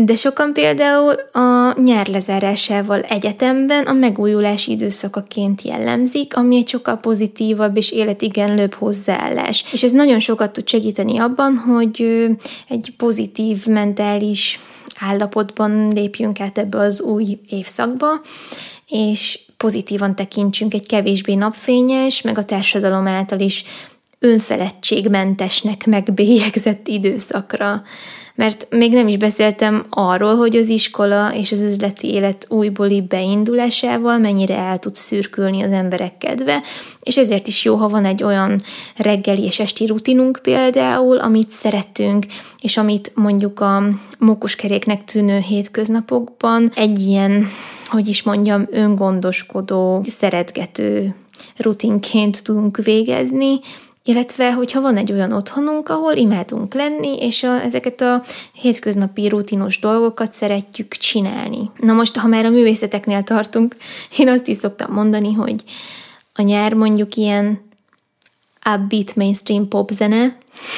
[SPEAKER 1] De sokan például a nyár lezárásával egyetemben a megújulás időszakaként jellemzik, ami egy sokkal pozitívabb és életigenlőbb hozzáállás. És ez nagyon sokat tud segíteni abban, hogy egy pozitív mentális állapotban lépjünk át ebbe az új évszakba, és pozitívan tekintsünk egy kevésbé napfényes, meg a társadalom által is önfeledtségmentesnek megbélyegzett időszakra. Mert még nem is beszéltem arról, hogy az iskola és az üzleti élet újbóli beindulásával mennyire el tud szürkülni az emberek kedve, és ezért is jó, ha van egy olyan reggeli és esti rutinunk például, amit szeretünk, és amit mondjuk a mókuskeréknek tűnő hétköznapokban egy ilyen, hogy is mondjam, öngondoskodó, szeretgető rutinként tudunk végezni, illetve, hogyha van egy olyan otthonunk, ahol imádunk lenni, és a, ezeket a hétköznapi rutinos dolgokat szeretjük csinálni. Na most, ha már a művészeteknél tartunk, én azt is szoktam mondani, hogy a nyár mondjuk ilyen upbeat mainstream pop zene,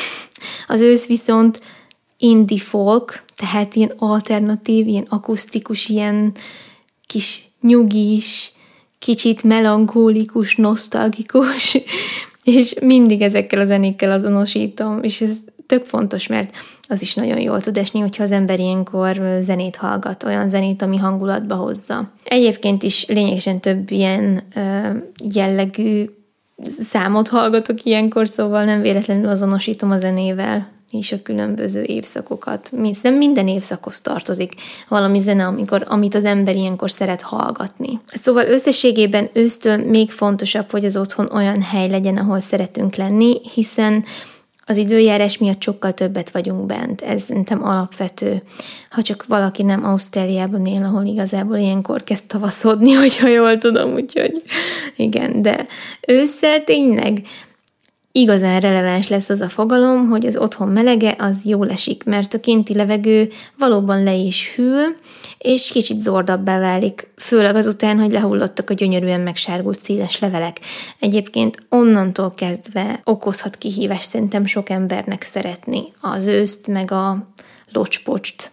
[SPEAKER 1] az ősz viszont indie folk, tehát ilyen alternatív, ilyen akusztikus, ilyen kis nyugis, kicsit melankólikus, nosztalgikus, és mindig ezekkel a zenékkel azonosítom, és ez tök fontos, mert az is nagyon jól tud esni, hogyha az ember ilyenkor zenét hallgat, olyan zenét, ami hangulatba hozza. Egyébként is lényegesen több ilyen ö, jellegű számot hallgatok ilyenkor, szóval nem véletlenül azonosítom a zenével és a különböző évszakokat. Hiszen minden évszakhoz tartozik valami zene, amikor, amit az ember ilyenkor szeret hallgatni. Szóval összességében ősztől még fontosabb, hogy az otthon olyan hely legyen, ahol szeretünk lenni, hiszen az időjárás miatt sokkal többet vagyunk bent. Ez szerintem alapvető. Ha csak valaki nem Ausztráliában él, ahol igazából ilyenkor kezd tavaszodni, hogyha jól tudom, úgyhogy igen, de ősszel tényleg igazán releváns lesz az a fogalom, hogy az otthon melege az jól esik, mert a kinti levegő valóban le is hűl, és kicsit zordabbá válik, főleg azután, hogy lehullottak a gyönyörűen megsárgult színes levelek. Egyébként onnantól kezdve okozhat kihívást szerintem sok embernek szeretni az őszt, meg a locspocst.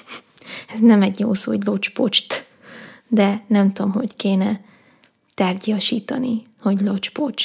[SPEAKER 1] Ez nem egy jó szó, hogy locspocst, de nem tudom, hogy kéne tárgyasítani, hogy locspocs.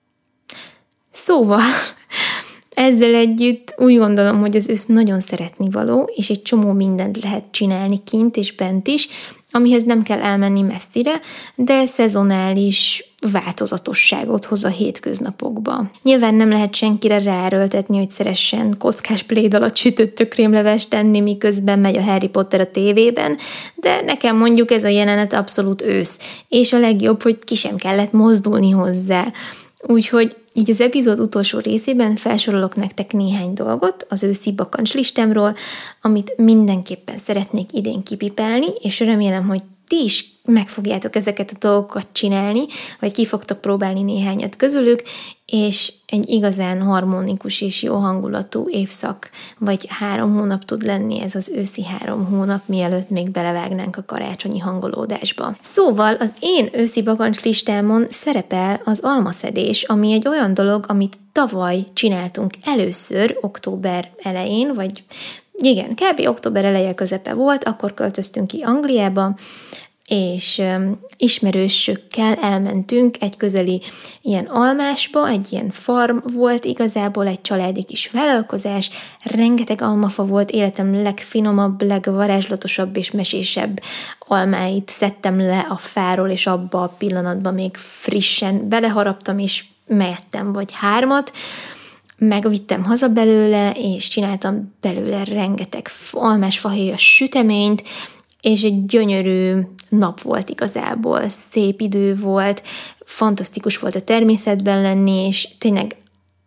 [SPEAKER 1] Szóval ezzel együtt úgy gondolom, hogy az ősz nagyon szeretni való, és egy csomó mindent lehet csinálni kint és bent is, amihez nem kell elmenni messzire, de szezonális változatosságot hoz a hétköznapokba. Nyilván nem lehet senkire ráerőltetni, hogy szeressen kockás pléd alatt sütött tökrémlevest tenni, miközben megy a Harry Potter a tévében, de nekem mondjuk ez a jelenet abszolút ősz, és a legjobb, hogy ki sem kellett mozdulni hozzá. Úgyhogy így az epizód utolsó részében felsorolok nektek néhány dolgot az őszi bakancslistámról, amit mindenképpen szeretnék idén kipipálni, és remélem, hogy ti is meg fogjátok ezeket a dolgokat csinálni, vagy ki fogtok próbálni néhányat közülük, és egy igazán harmonikus és jó hangulatú évszak, vagy három hónap tud lenni ez az őszi három hónap, mielőtt még belevágnánk a karácsonyi hangolódásba. Szóval az én őszi bakancslistámon szerepel az almaszedés, ami egy olyan dolog, amit tavaly csináltunk először, október elején, vagy igen, kb. Október eleje közepe volt, akkor költöztünk ki Angliába, és um, ismerősökkel elmentünk egy közeli ilyen almásba, egy ilyen farm volt igazából, egy családi kis vállalkozás, rengeteg almafa volt, életem legfinomabb, legvarázslatosabb és mesésebb almáit szedtem le a fáról, és abba a pillanatban még frissen beleharaptam, és mehettem vagy hármat, megvittem haza belőle, és csináltam belőle rengeteg almás fahéjas süteményt, és egy gyönyörű nap volt igazából, szép idő volt, fantasztikus volt a természetben lenni, és tényleg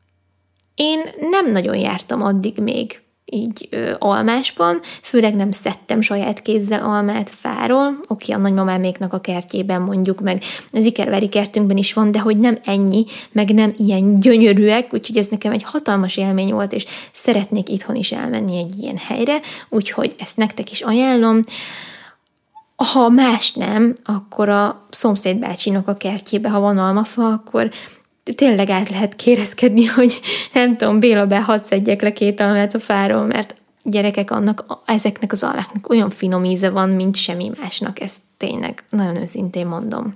[SPEAKER 1] én nem nagyon jártam addig még így ö, almásban, főleg nem szedtem saját kézzel almát fáról, oké, a nagymamáméknak a kertjében mondjuk, meg az ikervári kertünkben is van, de hogy nem ennyi, meg nem ilyen gyönyörűek, úgyhogy ez nekem egy hatalmas élmény volt, és szeretnék itthon is elmenni egy ilyen helyre, úgyhogy ezt nektek is ajánlom. Ha más nem, akkor a szomszéd bácsinak a kertjébe, ha van almafa, akkor tényleg át lehet kérezkedni, hogy nem tudom, Béla be, hadd szedjek le két almát a fáról, mert gyerekek, annak, ezeknek az almáknak olyan finom íze van, mint semmi másnak, ezt tényleg nagyon őszintén mondom.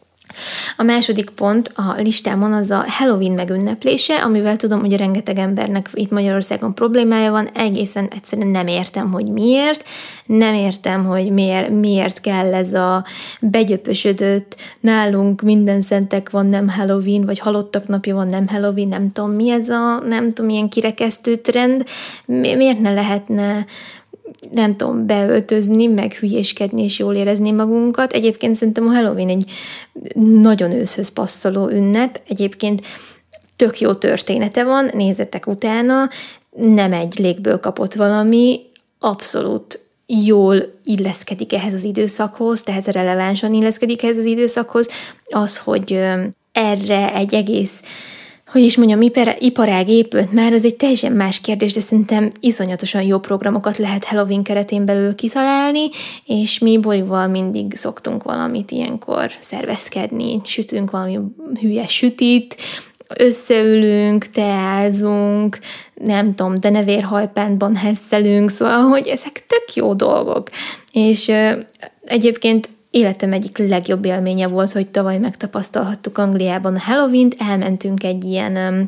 [SPEAKER 1] A második pont a listámon az a Halloween megünneplése, amivel tudom, hogy rengeteg embernek itt Magyarországon problémája van, egészen egyszerűen nem értem, hogy miért, nem értem, hogy miért, miért kell ez a begyöpösödött, nálunk minden szentek van, nem Halloween, vagy halottak napja van, nem Halloween, nem tudom mi ez a, nem tudom, milyen kirekesztő trend, miért ne lehetne nem tudom, beöltözni, meg hülyéskedni és jól érezni magunkat. Egyébként szerintem a Halloween egy nagyon őszhöz passzoló ünnep. Egyébként tök jó története van, nézzetek utána, nem egy légből kapott valami, abszolút jól illeszkedik ehhez az időszakhoz, tehát relevánsan illeszkedik ehhez az időszakhoz. Az, hogy erre egy egész hogy is mondjam, iparág épült már, az egy teljesen más kérdés, de szerintem iszonyatosan jó programokat lehet Halloween keretén belül kitalálni, és mi Borival mindig szoktunk valamit ilyenkor szervezkedni, sütünk valami hülye sütit, összeülünk, teázunk, nem tudom, denevérhajpántban hesszelünk, szóval, hogy ezek tök jó dolgok. És uh, egyébként életem egyik legjobb élménye volt, hogy tavaly megtapasztalhattuk Angliában a Halloweent, elmentünk egy ilyen um,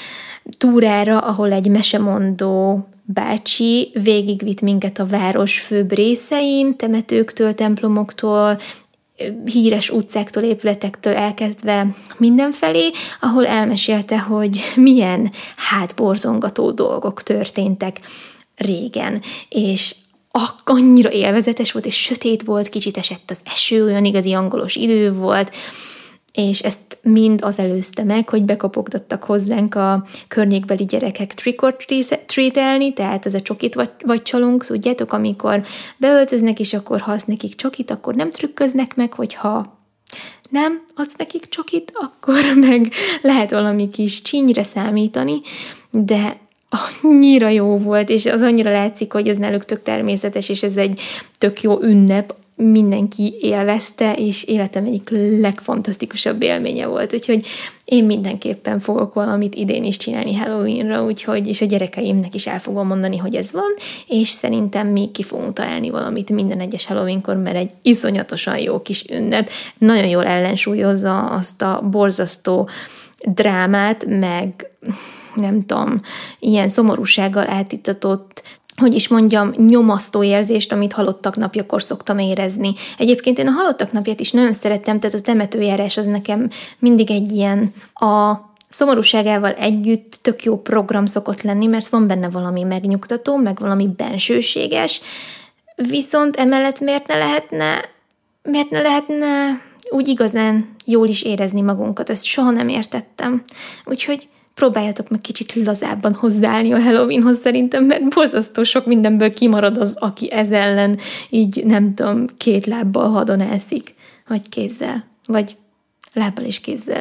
[SPEAKER 1] túrára, ahol egy mesemondó bácsi végigvitt minket a város főbb részein, temetőktől, templomoktól, híres utcáktól, épületektől elkezdve mindenfelé, ahol elmesélte, hogy milyen hátborzongató dolgok történtek régen, és annyira élvezetes volt, és sötét volt, kicsit esett az eső, olyan igazi angolos idő volt, és ezt mind az előzte meg, hogy bekopogtattak hozzánk a környékbeli gyerekek trick or treat-elni, tehát ez a csokit vagy, vagy csalunk, tudjátok, amikor beöltöznek, és akkor ha adsz nekik csokit, akkor nem trükköznek meg, hogyha nem adsz nekik csokit, akkor meg lehet valami kis csínyre számítani, de annyira jó volt, és az annyira látszik, hogy ez náluk tök természetes, és ez egy tök jó ünnep, mindenki élvezte, és életem egyik legfantasztikusabb élménye volt, úgyhogy én mindenképpen fogok valamit idén is csinálni Halloweenra, úgyhogy, és a gyerekeimnek is el fogom mondani, hogy ez van, és szerintem mi ki fogunk találni valamit minden egyes Halloweenkor, mert egy iszonyatosan jó kis ünnep, nagyon jól ellensúlyozza azt a borzasztó drámát, meg nem tudom, ilyen szomorúsággal átítatott, hogy is mondjam, nyomasztó érzést, amit halottak napjakor szoktam érezni. Egyébként én a halottak napját is nagyon szerettem, tehát a temetőjárás az nekem mindig egy ilyen a szomorúságával együtt tök jó program szokott lenni, mert van benne valami megnyugtató, meg valami bensőséges, viszont emellett miért ne lehetne, miért ne lehetne úgy igazán jól is érezni magunkat, ezt soha nem értettem. Úgyhogy próbáljatok meg kicsit lazábban hozzáállni a Halloweenhoz szerintem, mert borzasztó sok mindenből kimarad az, aki ez ellen így, nem tudom, két lábbal hadonászik, vagy kézzel, vagy lábbal és kézzel.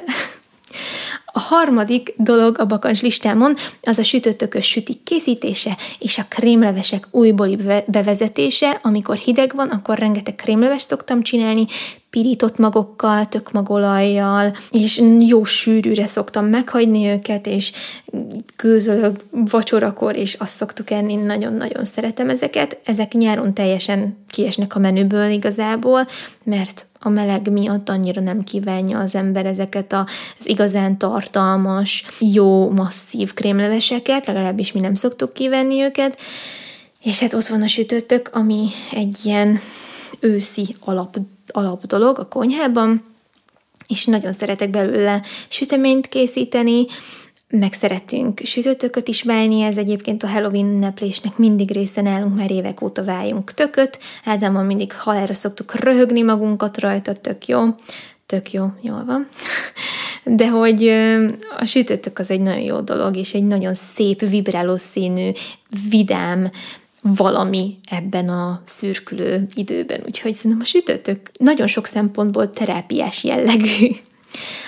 [SPEAKER 1] A harmadik dolog a bakancs listámon az a sütőtökös sütik készítése és a krémlevesek újbóli bevezetése. Amikor hideg van, akkor rengeteg krémlevest szoktam csinálni, pirított magokkal, tökmagolajjal, és jó sűrűre szoktam meghagyni őket, és gőzölök vacsorakor, és azt szoktuk enni, nagyon-nagyon szeretem ezeket. Ezek nyáron teljesen kiesnek a menüből igazából, mert a meleg miatt annyira nem kívánja az ember ezeket az igazán tartalmas, jó, masszív krémleveseket, legalábbis mi nem szoktuk kívánni őket. És hát ott van a sütőtök, ami egy ilyen őszi alap, alap dolog a konyhában, és nagyon szeretek belőle süteményt készíteni, meg szeretünk sütőtököt is válni, ez egyébként a Halloween ünneplésnek mindig része nálunk, már évek óta váljunk tököt, általában mindig halálra szoktuk röhögni magunkat rajta, tök jó, tök jó, jól van. De hogy a sütőtök az egy nagyon jó dolog, és egy nagyon szép, vibráló színű, vidám valami ebben a szürkülő időben, úgyhogy szerintem a sütőtök nagyon sok szempontból terápiás jellegű.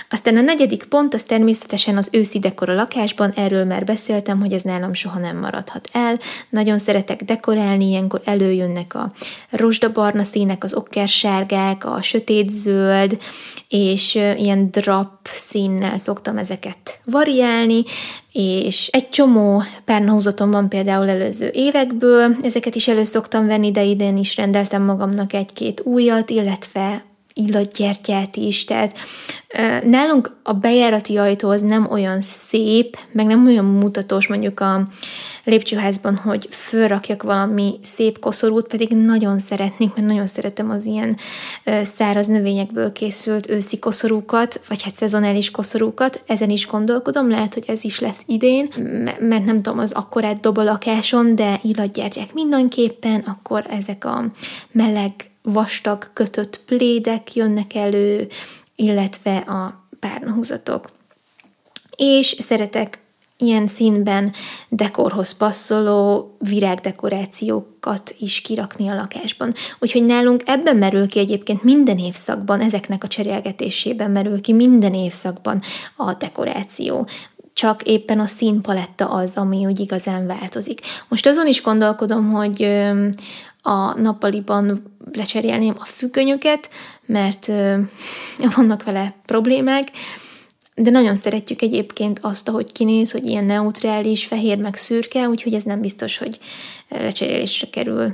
[SPEAKER 1] Aztán a negyedik pont, az természetesen az őszi dekor a lakásban, erről már beszéltem, hogy ez nálam soha nem maradhat el. Nagyon szeretek dekorálni, ilyenkor előjönnek a rozsdabarna színek, az okkersárgák, a sötétzöld, és ilyen drap színnel szoktam ezeket variálni, és egy csomó párnahúzatom van például előző évekből, ezeket is elő szoktam venni, de idén is rendeltem magamnak egy-két újat, illetve illatgyertyát is, tehát nálunk a bejárati ajtó az nem olyan szép, meg nem olyan mutatós mondjuk a lépcsőházban, hogy fölrakjak valami szép koszorút, pedig nagyon szeretnék, mert nagyon szeretem az ilyen száraz növényekből készült őszi koszorúkat, vagy hát szezonális koszorúkat, ezen is gondolkodom, lehet, hogy ez is lesz idén, mert nem tudom, az akkorát dob a lakáson, de illatgyertyák mindenképpen, akkor ezek a meleg, vastag kötött plédek jönnek elő, illetve a párnahúzatok. És szeretek ilyen színben dekorhoz passzoló virágdekorációkat is kirakni a lakásban. Úgyhogy nálunk ebben merül ki egyébként minden évszakban, ezeknek a cserélgetésében merül ki minden évszakban a dekoráció. Csak éppen a színpaletta az, ami úgy igazán változik. Most azon is gondolkodom, hogy a nappaliban lecserélném a függönyöket, mert vannak vele problémák, de nagyon szeretjük egyébként azt, ahogy kinéz, hogy ilyen neutrális, fehér meg szürke, úgyhogy ez nem biztos, hogy lecserélésre kerül.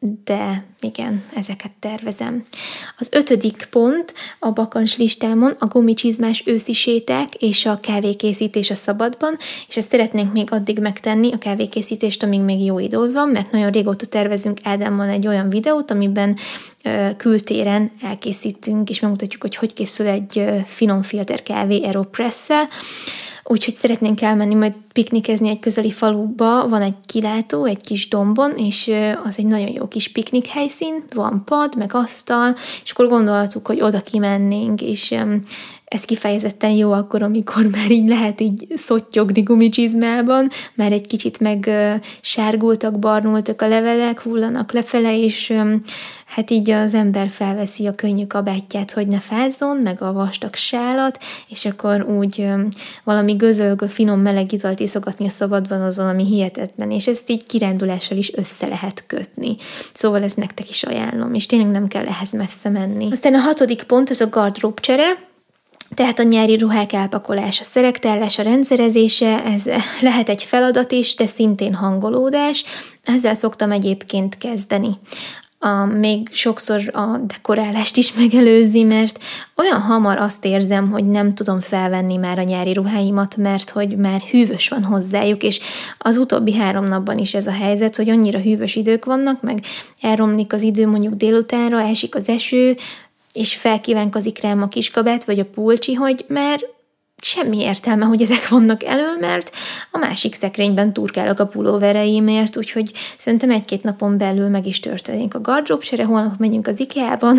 [SPEAKER 1] De igen, ezeket tervezem. Az ötödik pont a bakancs listámon a gumicsizmás őszi séták és a kávékészítés a szabadban, és ezt szeretnénk még addig megtenni, a kávékészítést, amíg még jó idő van, mert nagyon régóta tervezünk Ádámmal egy olyan videót, amiben ö, kültéren elkészítünk, és megmutatjuk, hogy hogy készül egy ö, finom filter kávé Aeropress-szel. Úgyhogy szeretnénk elmenni majd piknikezni egy közeli faluba, van egy kilátó, egy kis dombon, és az egy nagyon jó kis piknik helyszín, van pad, meg asztal, és akkor gondoltuk, hogy oda kimennénk, és ez kifejezetten jó akkor, amikor már így lehet így szottyogni gumicsizmában, már egy kicsit meg sárgultak, barnultak a levelek, hullanak lefele, és hát így az ember felveszi a könnyű kabátját, hogy ne fázzon, meg a vastag sálat, és akkor úgy valami gözölgő, finom meleg italt iszogatni a szabadban, az valami hihetetlen, és ezt így kirándulással is össze lehet kötni. Szóval ezt nektek is ajánlom, és tényleg nem kell ehhez messze menni. Aztán a hatodik pont, az a gardróbcsere, tehát a nyári ruhák elpakolása, szelektálása, rendszerezése, ez lehet egy feladat is, de szintén hangolódás. Ezzel szoktam egyébként kezdeni. A, még sokszor a dekorálást is megelőzi, mert olyan hamar azt érzem, hogy nem tudom felvenni már a nyári ruháimat, mert hogy már hűvös van hozzájuk, és az utóbbi három napban is ez a helyzet, hogy annyira hűvös idők vannak, meg elromlik az idő mondjuk délutánra, esik az eső, és felkívánkozik rám a kiskabát, vagy a pulcsi, hogy már semmi értelme, hogy ezek vannak elő, mert a másik szekrényben turkálok a pulóvereimért, úgyhogy szerintem egy-két napon belül meg is történik a gardróbcsere, holnap megyünk az IKEA-ban,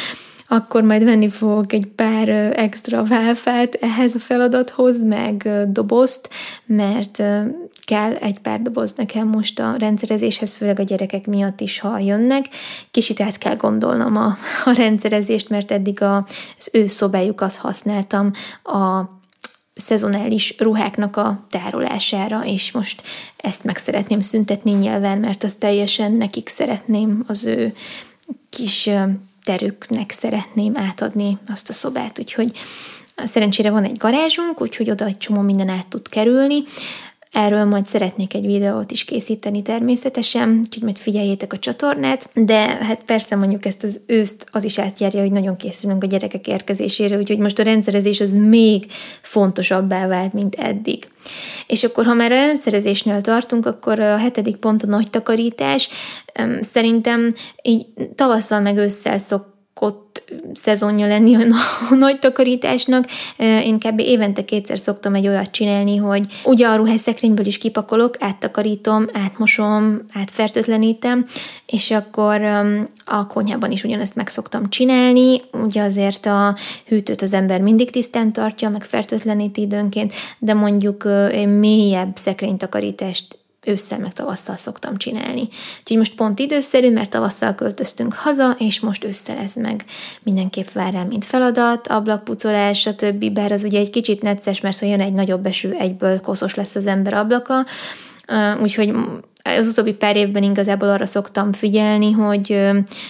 [SPEAKER 1] akkor majd venni fogok egy pár extra válfát ehhez a feladathoz, meg dobozt, mert kell egy pár doboz nekem most a rendszerezéshez, főleg a gyerekek miatt is, ha jönnek. Kicsit át kell gondolnom a, a rendszerezést, mert eddig a, az ő szobájukat használtam a szezonális ruháknak a tárolására, és most ezt meg szeretném szüntetni nyilván, mert azt teljesen nekik szeretném, az ő kis terüknek szeretném átadni azt a szobát, úgyhogy szerencsére van egy garázsunk, úgyhogy oda egy csomó minden át tud kerülni. Erről majd szeretnék egy videót is készíteni természetesen, úgyhogy majd figyeljétek a csatornát, de hát persze mondjuk ezt az őszt az is átjárja, hogy nagyon készülünk a gyerekek érkezésére, úgyhogy most a rendszerezés az még fontosabbá vált, mint eddig. És akkor, ha már a rendszerezésnél tartunk, akkor a hetedik pont a nagy takarítás. Szerintem így tavasszal meg ősszel szokott szezonja lenni a nagy takarításnak. Én kb. Évente kétszer szoktam egy olyat csinálni, hogy ugye a ruhászekrényből is kipakolok, áttakarítom, átmosom, átfertőtlenítem, és akkor a konyhában is ugyanezt meg szoktam csinálni. Ugye azért a hűtőt az ember mindig tisztán tartja, meg fertőtleníti időnként, de mondjuk mélyebb szekrénytakarítást ősszel meg tavasszal szoktam csinálni. Úgyhogy most pont időszerű, mert tavasszal költöztünk haza, és most ősszel ez meg mindenképp vár rám, mint feladat, ablakpucolás, stb. Bár az ugye egy kicsit necces, mert ha jön egy nagyobb eső, egyből koszos lesz az ember ablaka, úgyhogy az utóbbi pár évben igazából arra szoktam figyelni, hogy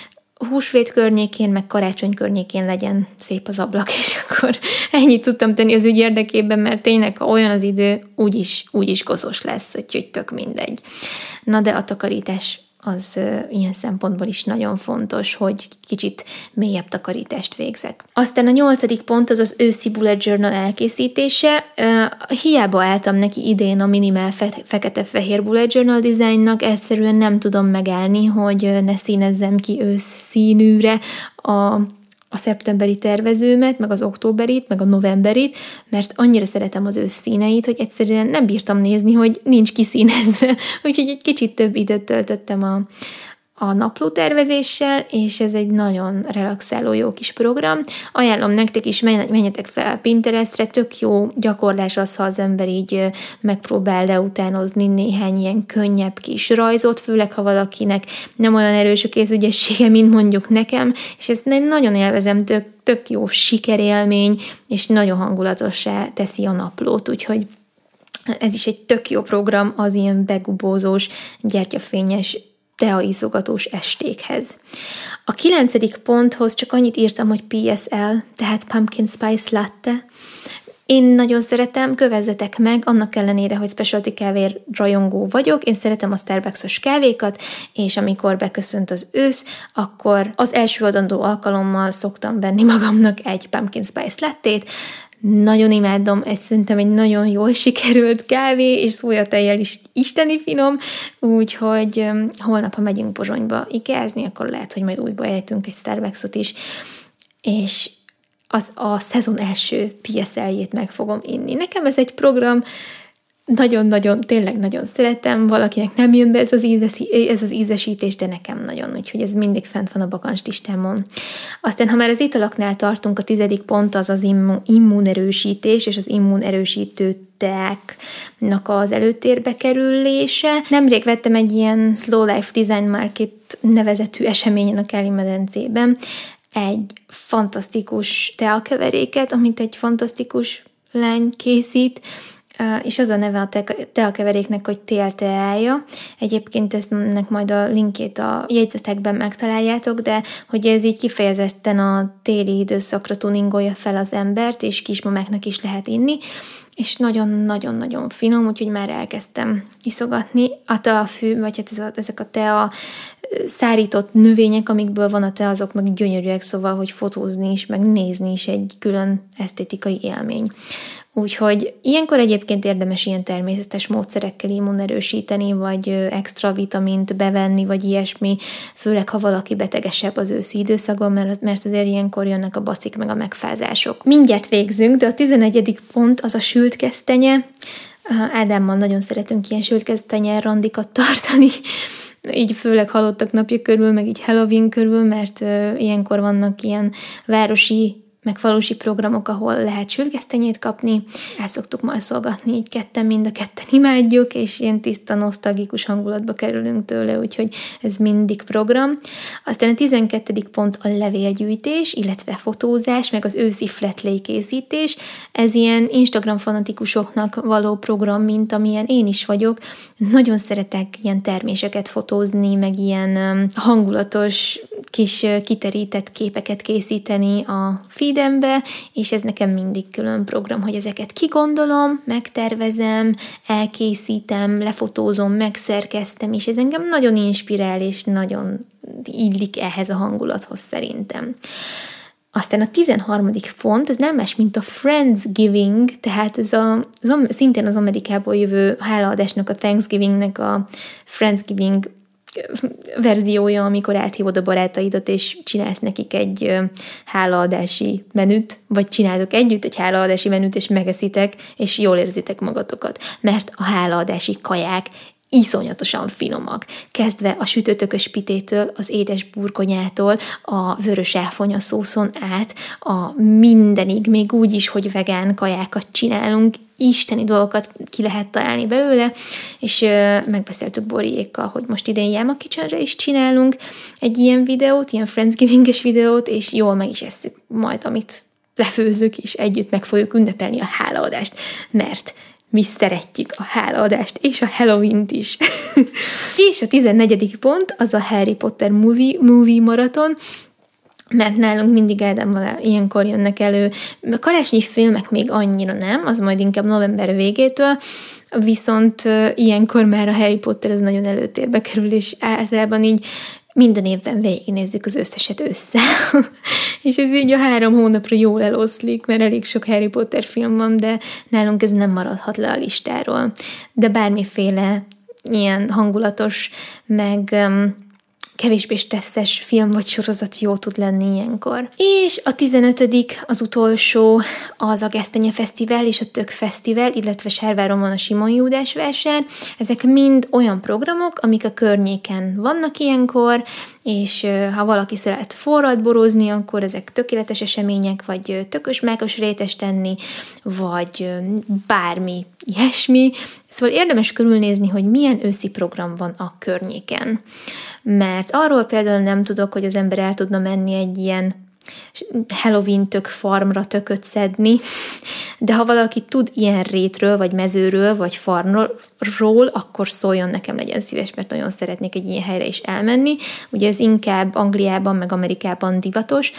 [SPEAKER 1] húsvét környékén, meg karácsony környékén legyen szép az ablak, és akkor ennyit tudtam tenni az ügy érdekében, mert tényleg, ha olyan az idő, úgyis, úgyis koszos lesz, úgyhogy tök mindegy. Na de a takarítás az uh, ilyen szempontból is nagyon fontos, hogy kicsit mélyebb takarítást végzek. Aztán a nyolcadik pont az az őszi bullet journal elkészítése. Uh, hiába álltam neki idén a minimál fe- fekete-fehér bullet journal designnak, egyszerűen nem tudom megállni, hogy ne színezzem ki ősz színűre a a szeptemberi tervezőmet, meg az októberit, meg a novemberit, mert annyira szeretem az ősz színeit, hogy egyszerűen nem bírtam nézni, hogy nincs kiszínezve. Úgyhogy egy kicsit több időt töltöttem a, a naplótervezéssel, és ez egy nagyon relaxáló jó kis program. Ajánlom nektek is, menjetek fel Pinterestre, tök jó gyakorlás az, ha az ember így megpróbál leutánozni néhány ilyen könnyebb kis rajzot, főleg ha valakinek nem olyan erős a kézügyessége, mint mondjuk nekem, és ezt nagyon élvezem, tök, tök jó sikerélmény, és nagyon hangulatossá teszi a naplót, úgyhogy ez is egy tök jó program az ilyen begubózós, gyertyafényes teaízogatós estékhez. A kilencedik ponthoz csak annyit írtam, hogy pé es el, tehát Pumpkin Spice Latte. Én nagyon szeretem, kövezzetek meg, annak ellenére, hogy specialty kávér rajongó vagyok, én szeretem a Starbucks-os kávékat, és amikor beköszönt az ősz, akkor az első adandó alkalommal szoktam venni magamnak egy Pumpkin Spice Lattét. Nagyon imádom, ez szerintem egy nagyon jól sikerült kávé, és szójatejjel is isteni finom, úgyhogy holnap, ha megyünk Pozsonyba ikázni, akkor lehet, hogy majd újba ejtünk egy Starbucksot is, és az a szezon első pé es eljét meg fogom inni. Nekem ez egy program, nagyon-nagyon, tényleg nagyon szeretem, valakinek nem jön be ez az, ízes, ez az ízesítés, de nekem nagyon, úgyhogy ez mindig fent van a bakancslistámon. Aztán, ha már az italaknál tartunk, a tizedik pont az az immu- immunerősítés és az immunerősítő teáknak az előtérbe kerülése. Nemrég vettem egy ilyen Slow Life Design Market nevezetű eseményen a Kelly-medencében egy fantasztikus teakeveréket, amit egy fantasztikus lány készít, és az a neve a teakeveréknek, hogy tél teája. Egyébként ennek majd a linkjét a jegyzetekben megtaláljátok, de hogy ez így kifejezetten a téli időszakra tuningolja fel az embert, és kismamáknak is lehet inni, és nagyon-nagyon-nagyon finom, úgyhogy már elkezdtem iszogatni. A teafű, vagy hát ez a, ezek a tea szárított növények, amikből van a tea, azok meg gyönyörűek, szóval, hogy fotózni is, meg nézni is egy külön esztétikai élmény. Úgyhogy ilyenkor egyébként érdemes ilyen természetes módszerekkel immunerősíteni, vagy extra vitamint bevenni, vagy ilyesmi, főleg ha valaki betegesebb az őszi időszakban, mert, mert azért ilyenkor jönnek a bacik meg a megfázások. Mindjárt végzünk, de a tizenegyedik pont az a sült kesztenye. Ádámmal nagyon szeretünk ilyen sült kesztenye randikat tartani, így főleg halottak napja körül, meg így Halloween körül, mert uh, ilyenkor vannak ilyen városi meg falusi programok, ahol lehet sültgesztenyét kapni. El szoktuk majd szolgatni, így ketten, mind a ketten imádjuk, és ilyen tiszta, nosztalgikus hangulatba kerülünk tőle, úgyhogy ez mindig program. Aztán a tizenkettedik pont a levélgyűjtés, illetve fotózás, meg az őszi flatlay készítés. Ez ilyen Instagram fanatikusoknak való program, mint amilyen én is vagyok. Nagyon szeretek ilyen terméseket fotózni, meg ilyen um, hangulatos, kis uh, kiterített képeket készíteni a feedembe, és ez nekem mindig külön program, hogy ezeket kigondolom, megtervezem, elkészítem, lefotózom, megszerkeztem, és ez engem nagyon inspirál, és nagyon illik ehhez a hangulathoz szerintem. Aztán a tizenharmadik pont, ez nem más, mint a Friendsgiving, tehát ez a, az, szintén az Amerikából jövő hálaadásnak, a Thanksgivingnek a Friendsgiving verziója, amikor áthívod a barátaidat, és csinálsz nekik egy hálaadási menüt, vagy csináltok együtt egy hálaadási menüt, és megeszitek, és jól érzitek magatokat. Mert a hálaadási kaják iszonyatosan finomak, kezdve a sütőtökös pitétől, az édes burgonyától, a vörös áfonya szószon át, a mindenig, még úgy is, hogy vegán kajákat csinálunk, isteni dolgokat ki lehet találni belőle, és ö, megbeszéltük Boriékkal, hogy most idén Yama Kitchenre is csinálunk egy ilyen videót, ilyen Friendsgiving-es videót, és jól meg is esszük majd, amit lefőzzük, és együtt meg fogjuk ünnepelni a hálaadást, mert mi szeretjük a hálaadást, és a Halloween-t is. És a tizennegyedik pont, az a Harry Potter movie, movie maraton, mert nálunk mindig Ádámmal ilyenkor jönnek elő. A karácsonyi filmek még annyira nem, az majd inkább november végétől, viszont uh, ilyenkor már a Harry Potter az nagyon előtérbe kerül, és általában így minden évben végignézzük az összeset össze. És ez így a három hónapra jól eloszlik, mert elég sok Harry Potter film van, de nálunk ez nem maradhat le a listáról. De bármiféle ilyen hangulatos, meg um, kevésbé stresszes film vagy sorozat jó tud lenni ilyenkor. És a tizenötödik az utolsó, az a Gesztenye Fesztivál és a Tök Fesztivál, illetve Sárváron van a Simon Júdás vásár. Ezek mind olyan programok, amik a környéken vannak ilyenkor, és ha valaki szeret forralt borozni, akkor ezek tökéletes események, vagy tökös mákos rétes tenni, vagy bármi ilyesmi. Szóval érdemes körülnézni, hogy milyen őszi program van a környéken. Mert arról például nem tudok, hogy az ember el tudna menni egy ilyen Halloween tök farmra tököt szedni, de ha valaki tud ilyen rétről, vagy mezőről, vagy farmról, akkor szóljon nekem, legyen szíves, mert nagyon szeretnék egy ilyen helyre is elmenni. Ugye ez inkább Angliában, meg Amerikában divatos,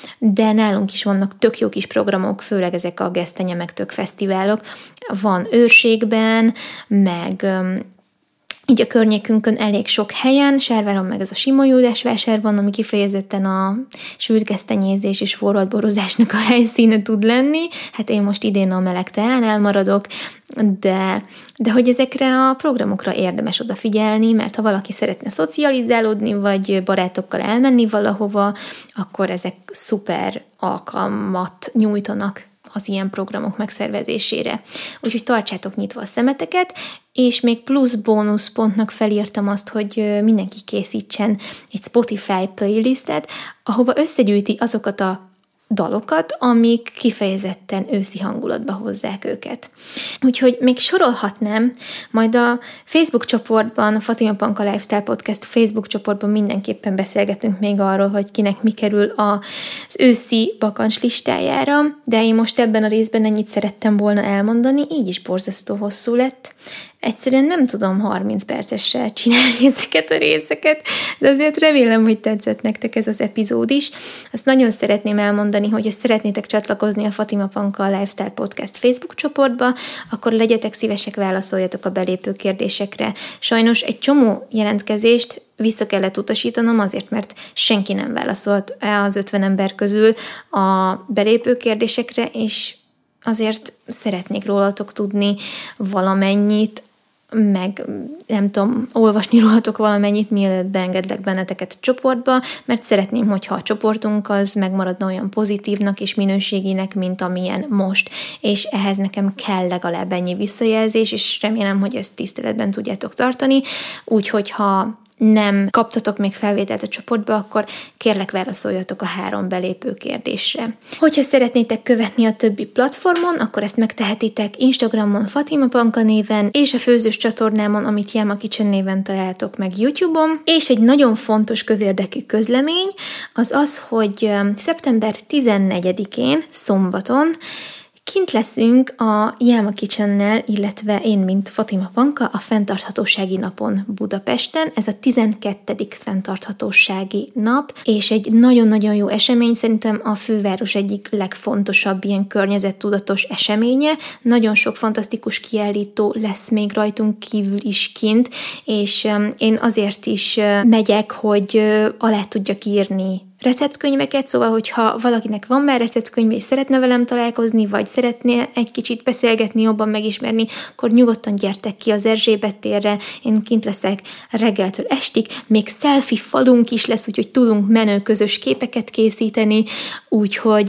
[SPEAKER 1] de nálunk is vannak tök jó kis programok, főleg ezek a gesztenye, meg tök fesztiválok. Van Őrségben, meg így a környékünkön elég sok helyen, Sárváron meg ez a Simon Júdás vásár van, ami kifejezetten a sült gesztenyézés és forralt borozásnak a helyszíne tud lenni. Hát én most idén a meleg teánál maradok, de, de hogy ezekre a programokra érdemes odafigyelni, mert ha valaki szeretne szocializálódni, vagy barátokkal elmenni valahova, akkor ezek szuper alkalmat nyújtanak az ilyen programok megszervezésére. Úgyhogy tartsátok nyitva a szemeteket, és még plusz bónuszpontnak felírtam azt, hogy mindenki készítsen egy Spotify playlistet, ahova összegyűjti azokat a dalokat, amik kifejezetten őszi hangulatba hozzák őket. Úgyhogy még sorolhatnám, majd a Facebook csoportban, a Fatima Panka Lifestyle Podcast Facebook csoportban mindenképpen beszélgetünk még arról, hogy kinek mi kerül az őszi bakancs listájára, de én most ebben a részben ennyit szerettem volna elmondani, így is borzasztó hosszú lett. Egyszerűen nem tudom harminc percessel csinálni ezeket a részeket, de azért remélem, hogy tetszett nektek ez az epizód is. Azt nagyon szeretném elmondani, hogy ha szeretnétek csatlakozni a Fatima Panka Lifestyle Podcast Facebook csoportba, akkor legyetek szívesek, válaszoljatok a belépő kérdésekre. Sajnos egy csomó jelentkezést vissza kellett utasítanom azért, mert senki nem válaszolt az ötven ember közül a belépő kérdésekre, és azért szeretnék rólatok tudni valamennyit, meg nem tudom, olvasni rólatok valamennyit, mielőtt beengedlek benneteket a csoportba, mert szeretném, hogyha a csoportunk az megmaradna olyan pozitívnak és minőségének, mint amilyen most, és ehhez nekem kell legalább ennyi visszajelzés, és remélem, hogy ezt tiszteletben tudjátok tartani, úgyhogy ha nem kaptatok még felvételt a csoportba, akkor kérlek válaszoljatok a három belépő kérdésre. Hogyha szeretnétek követni a többi platformon, akkor ezt megtehetitek Instagramon Fatima Panka néven, és a főzős csatornámon, amit Yama Kitchen néven találtok meg YouTube-on. És egy nagyon fontos közérdekű közlemény az az, hogy szeptember tizennegyedikén, szombaton, kint leszünk a Yama Kitchennel, illetve én, mint Fatima Panka, a fenntarthatósági napon Budapesten. Ez a tizenkettedik fenntarthatósági nap, és egy nagyon-nagyon jó esemény, szerintem a főváros egyik legfontosabb ilyen környezettudatos eseménye. Nagyon sok fantasztikus kiállító lesz még rajtunk kívül is kint, és én azért is megyek, hogy alá tudjak írni receptkönyveket, szóval, hogyha valakinek van már receptkönyv, és szeretne velem találkozni, vagy szeretné egy kicsit beszélgetni, jobban megismerni, akkor nyugodtan gyertek ki az Erzsébet térre, én kint leszek reggeltől estig, még selfie falunk is lesz, úgyhogy tudunk menő közös képeket készíteni, úgyhogy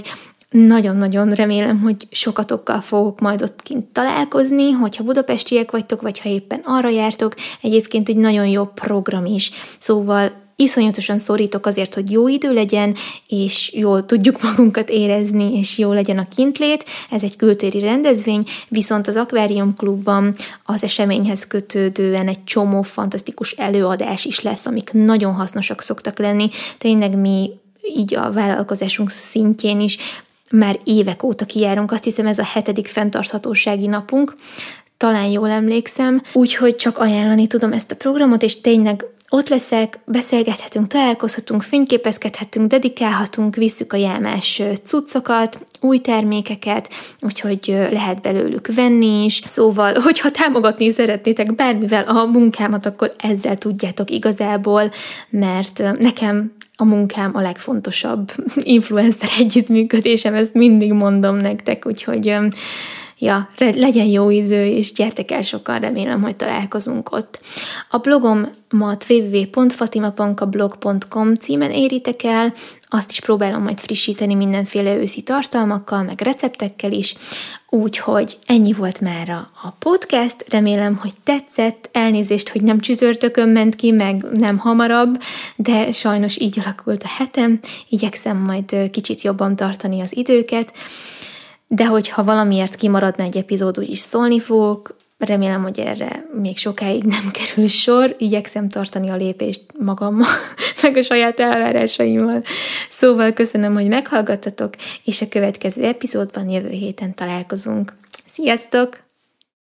[SPEAKER 1] nagyon-nagyon remélem, hogy sokatokkal fogok majd ott kint találkozni, hogyha budapestiek vagytok, vagy ha éppen arra jártok. Egyébként egy nagyon jó program is, szóval iszonyatosan szorítok azért, hogy jó idő legyen, és jól tudjuk magunkat érezni, és jó legyen a kintlét. Ez egy kültéri rendezvény, viszont az Akvárium Klubban az eseményhez kötődően egy csomó fantasztikus előadás is lesz, amik nagyon hasznosak szoktak lenni. Tényleg mi így a vállalkozásunk szintjén is már évek óta kijárunk, azt hiszem ez a hetedik fenntarthatósági napunk, talán jól emlékszem, úgyhogy csak ajánlani tudom ezt a programot, és tényleg ott leszek, beszélgethetünk, találkozhatunk, fényképezkedhetünk, dedikálhatunk, visszük a jelmás cuccokat, új termékeket, úgyhogy lehet belőlük venni is. Szóval, hogyha támogatni szeretnétek bármivel a munkámat, akkor ezzel tudjátok igazából, mert nekem a munkám a legfontosabb influencer együttműködésem, ezt mindig mondom nektek, úgyhogy ja, legyen jó idő, és gyertek el sokan, remélem, hogy találkozunk ott. A blogomat double-u double-u double-u pont fatimapankablog pont com címen éritek el, azt is próbálom majd frissíteni mindenféle őszi tartalmakkal, meg receptekkel is, úgyhogy ennyi volt mára a podcast, remélem, hogy tetszett, elnézést, hogy nem csütörtökön ment ki, meg nem hamarabb, de sajnos így alakult a hetem, igyekszem majd kicsit jobban tartani az időket, de hogyha valamiért kimaradna egy epizód, úgyis szólni fogok, remélem, hogy erre még sokáig nem kerül sor, igyekszem tartani a lépést magammal, meg a saját elvárásaimmal. Szóval köszönöm, hogy meghallgattatok, és a következő epizódban jövő héten találkozunk. Sziasztok!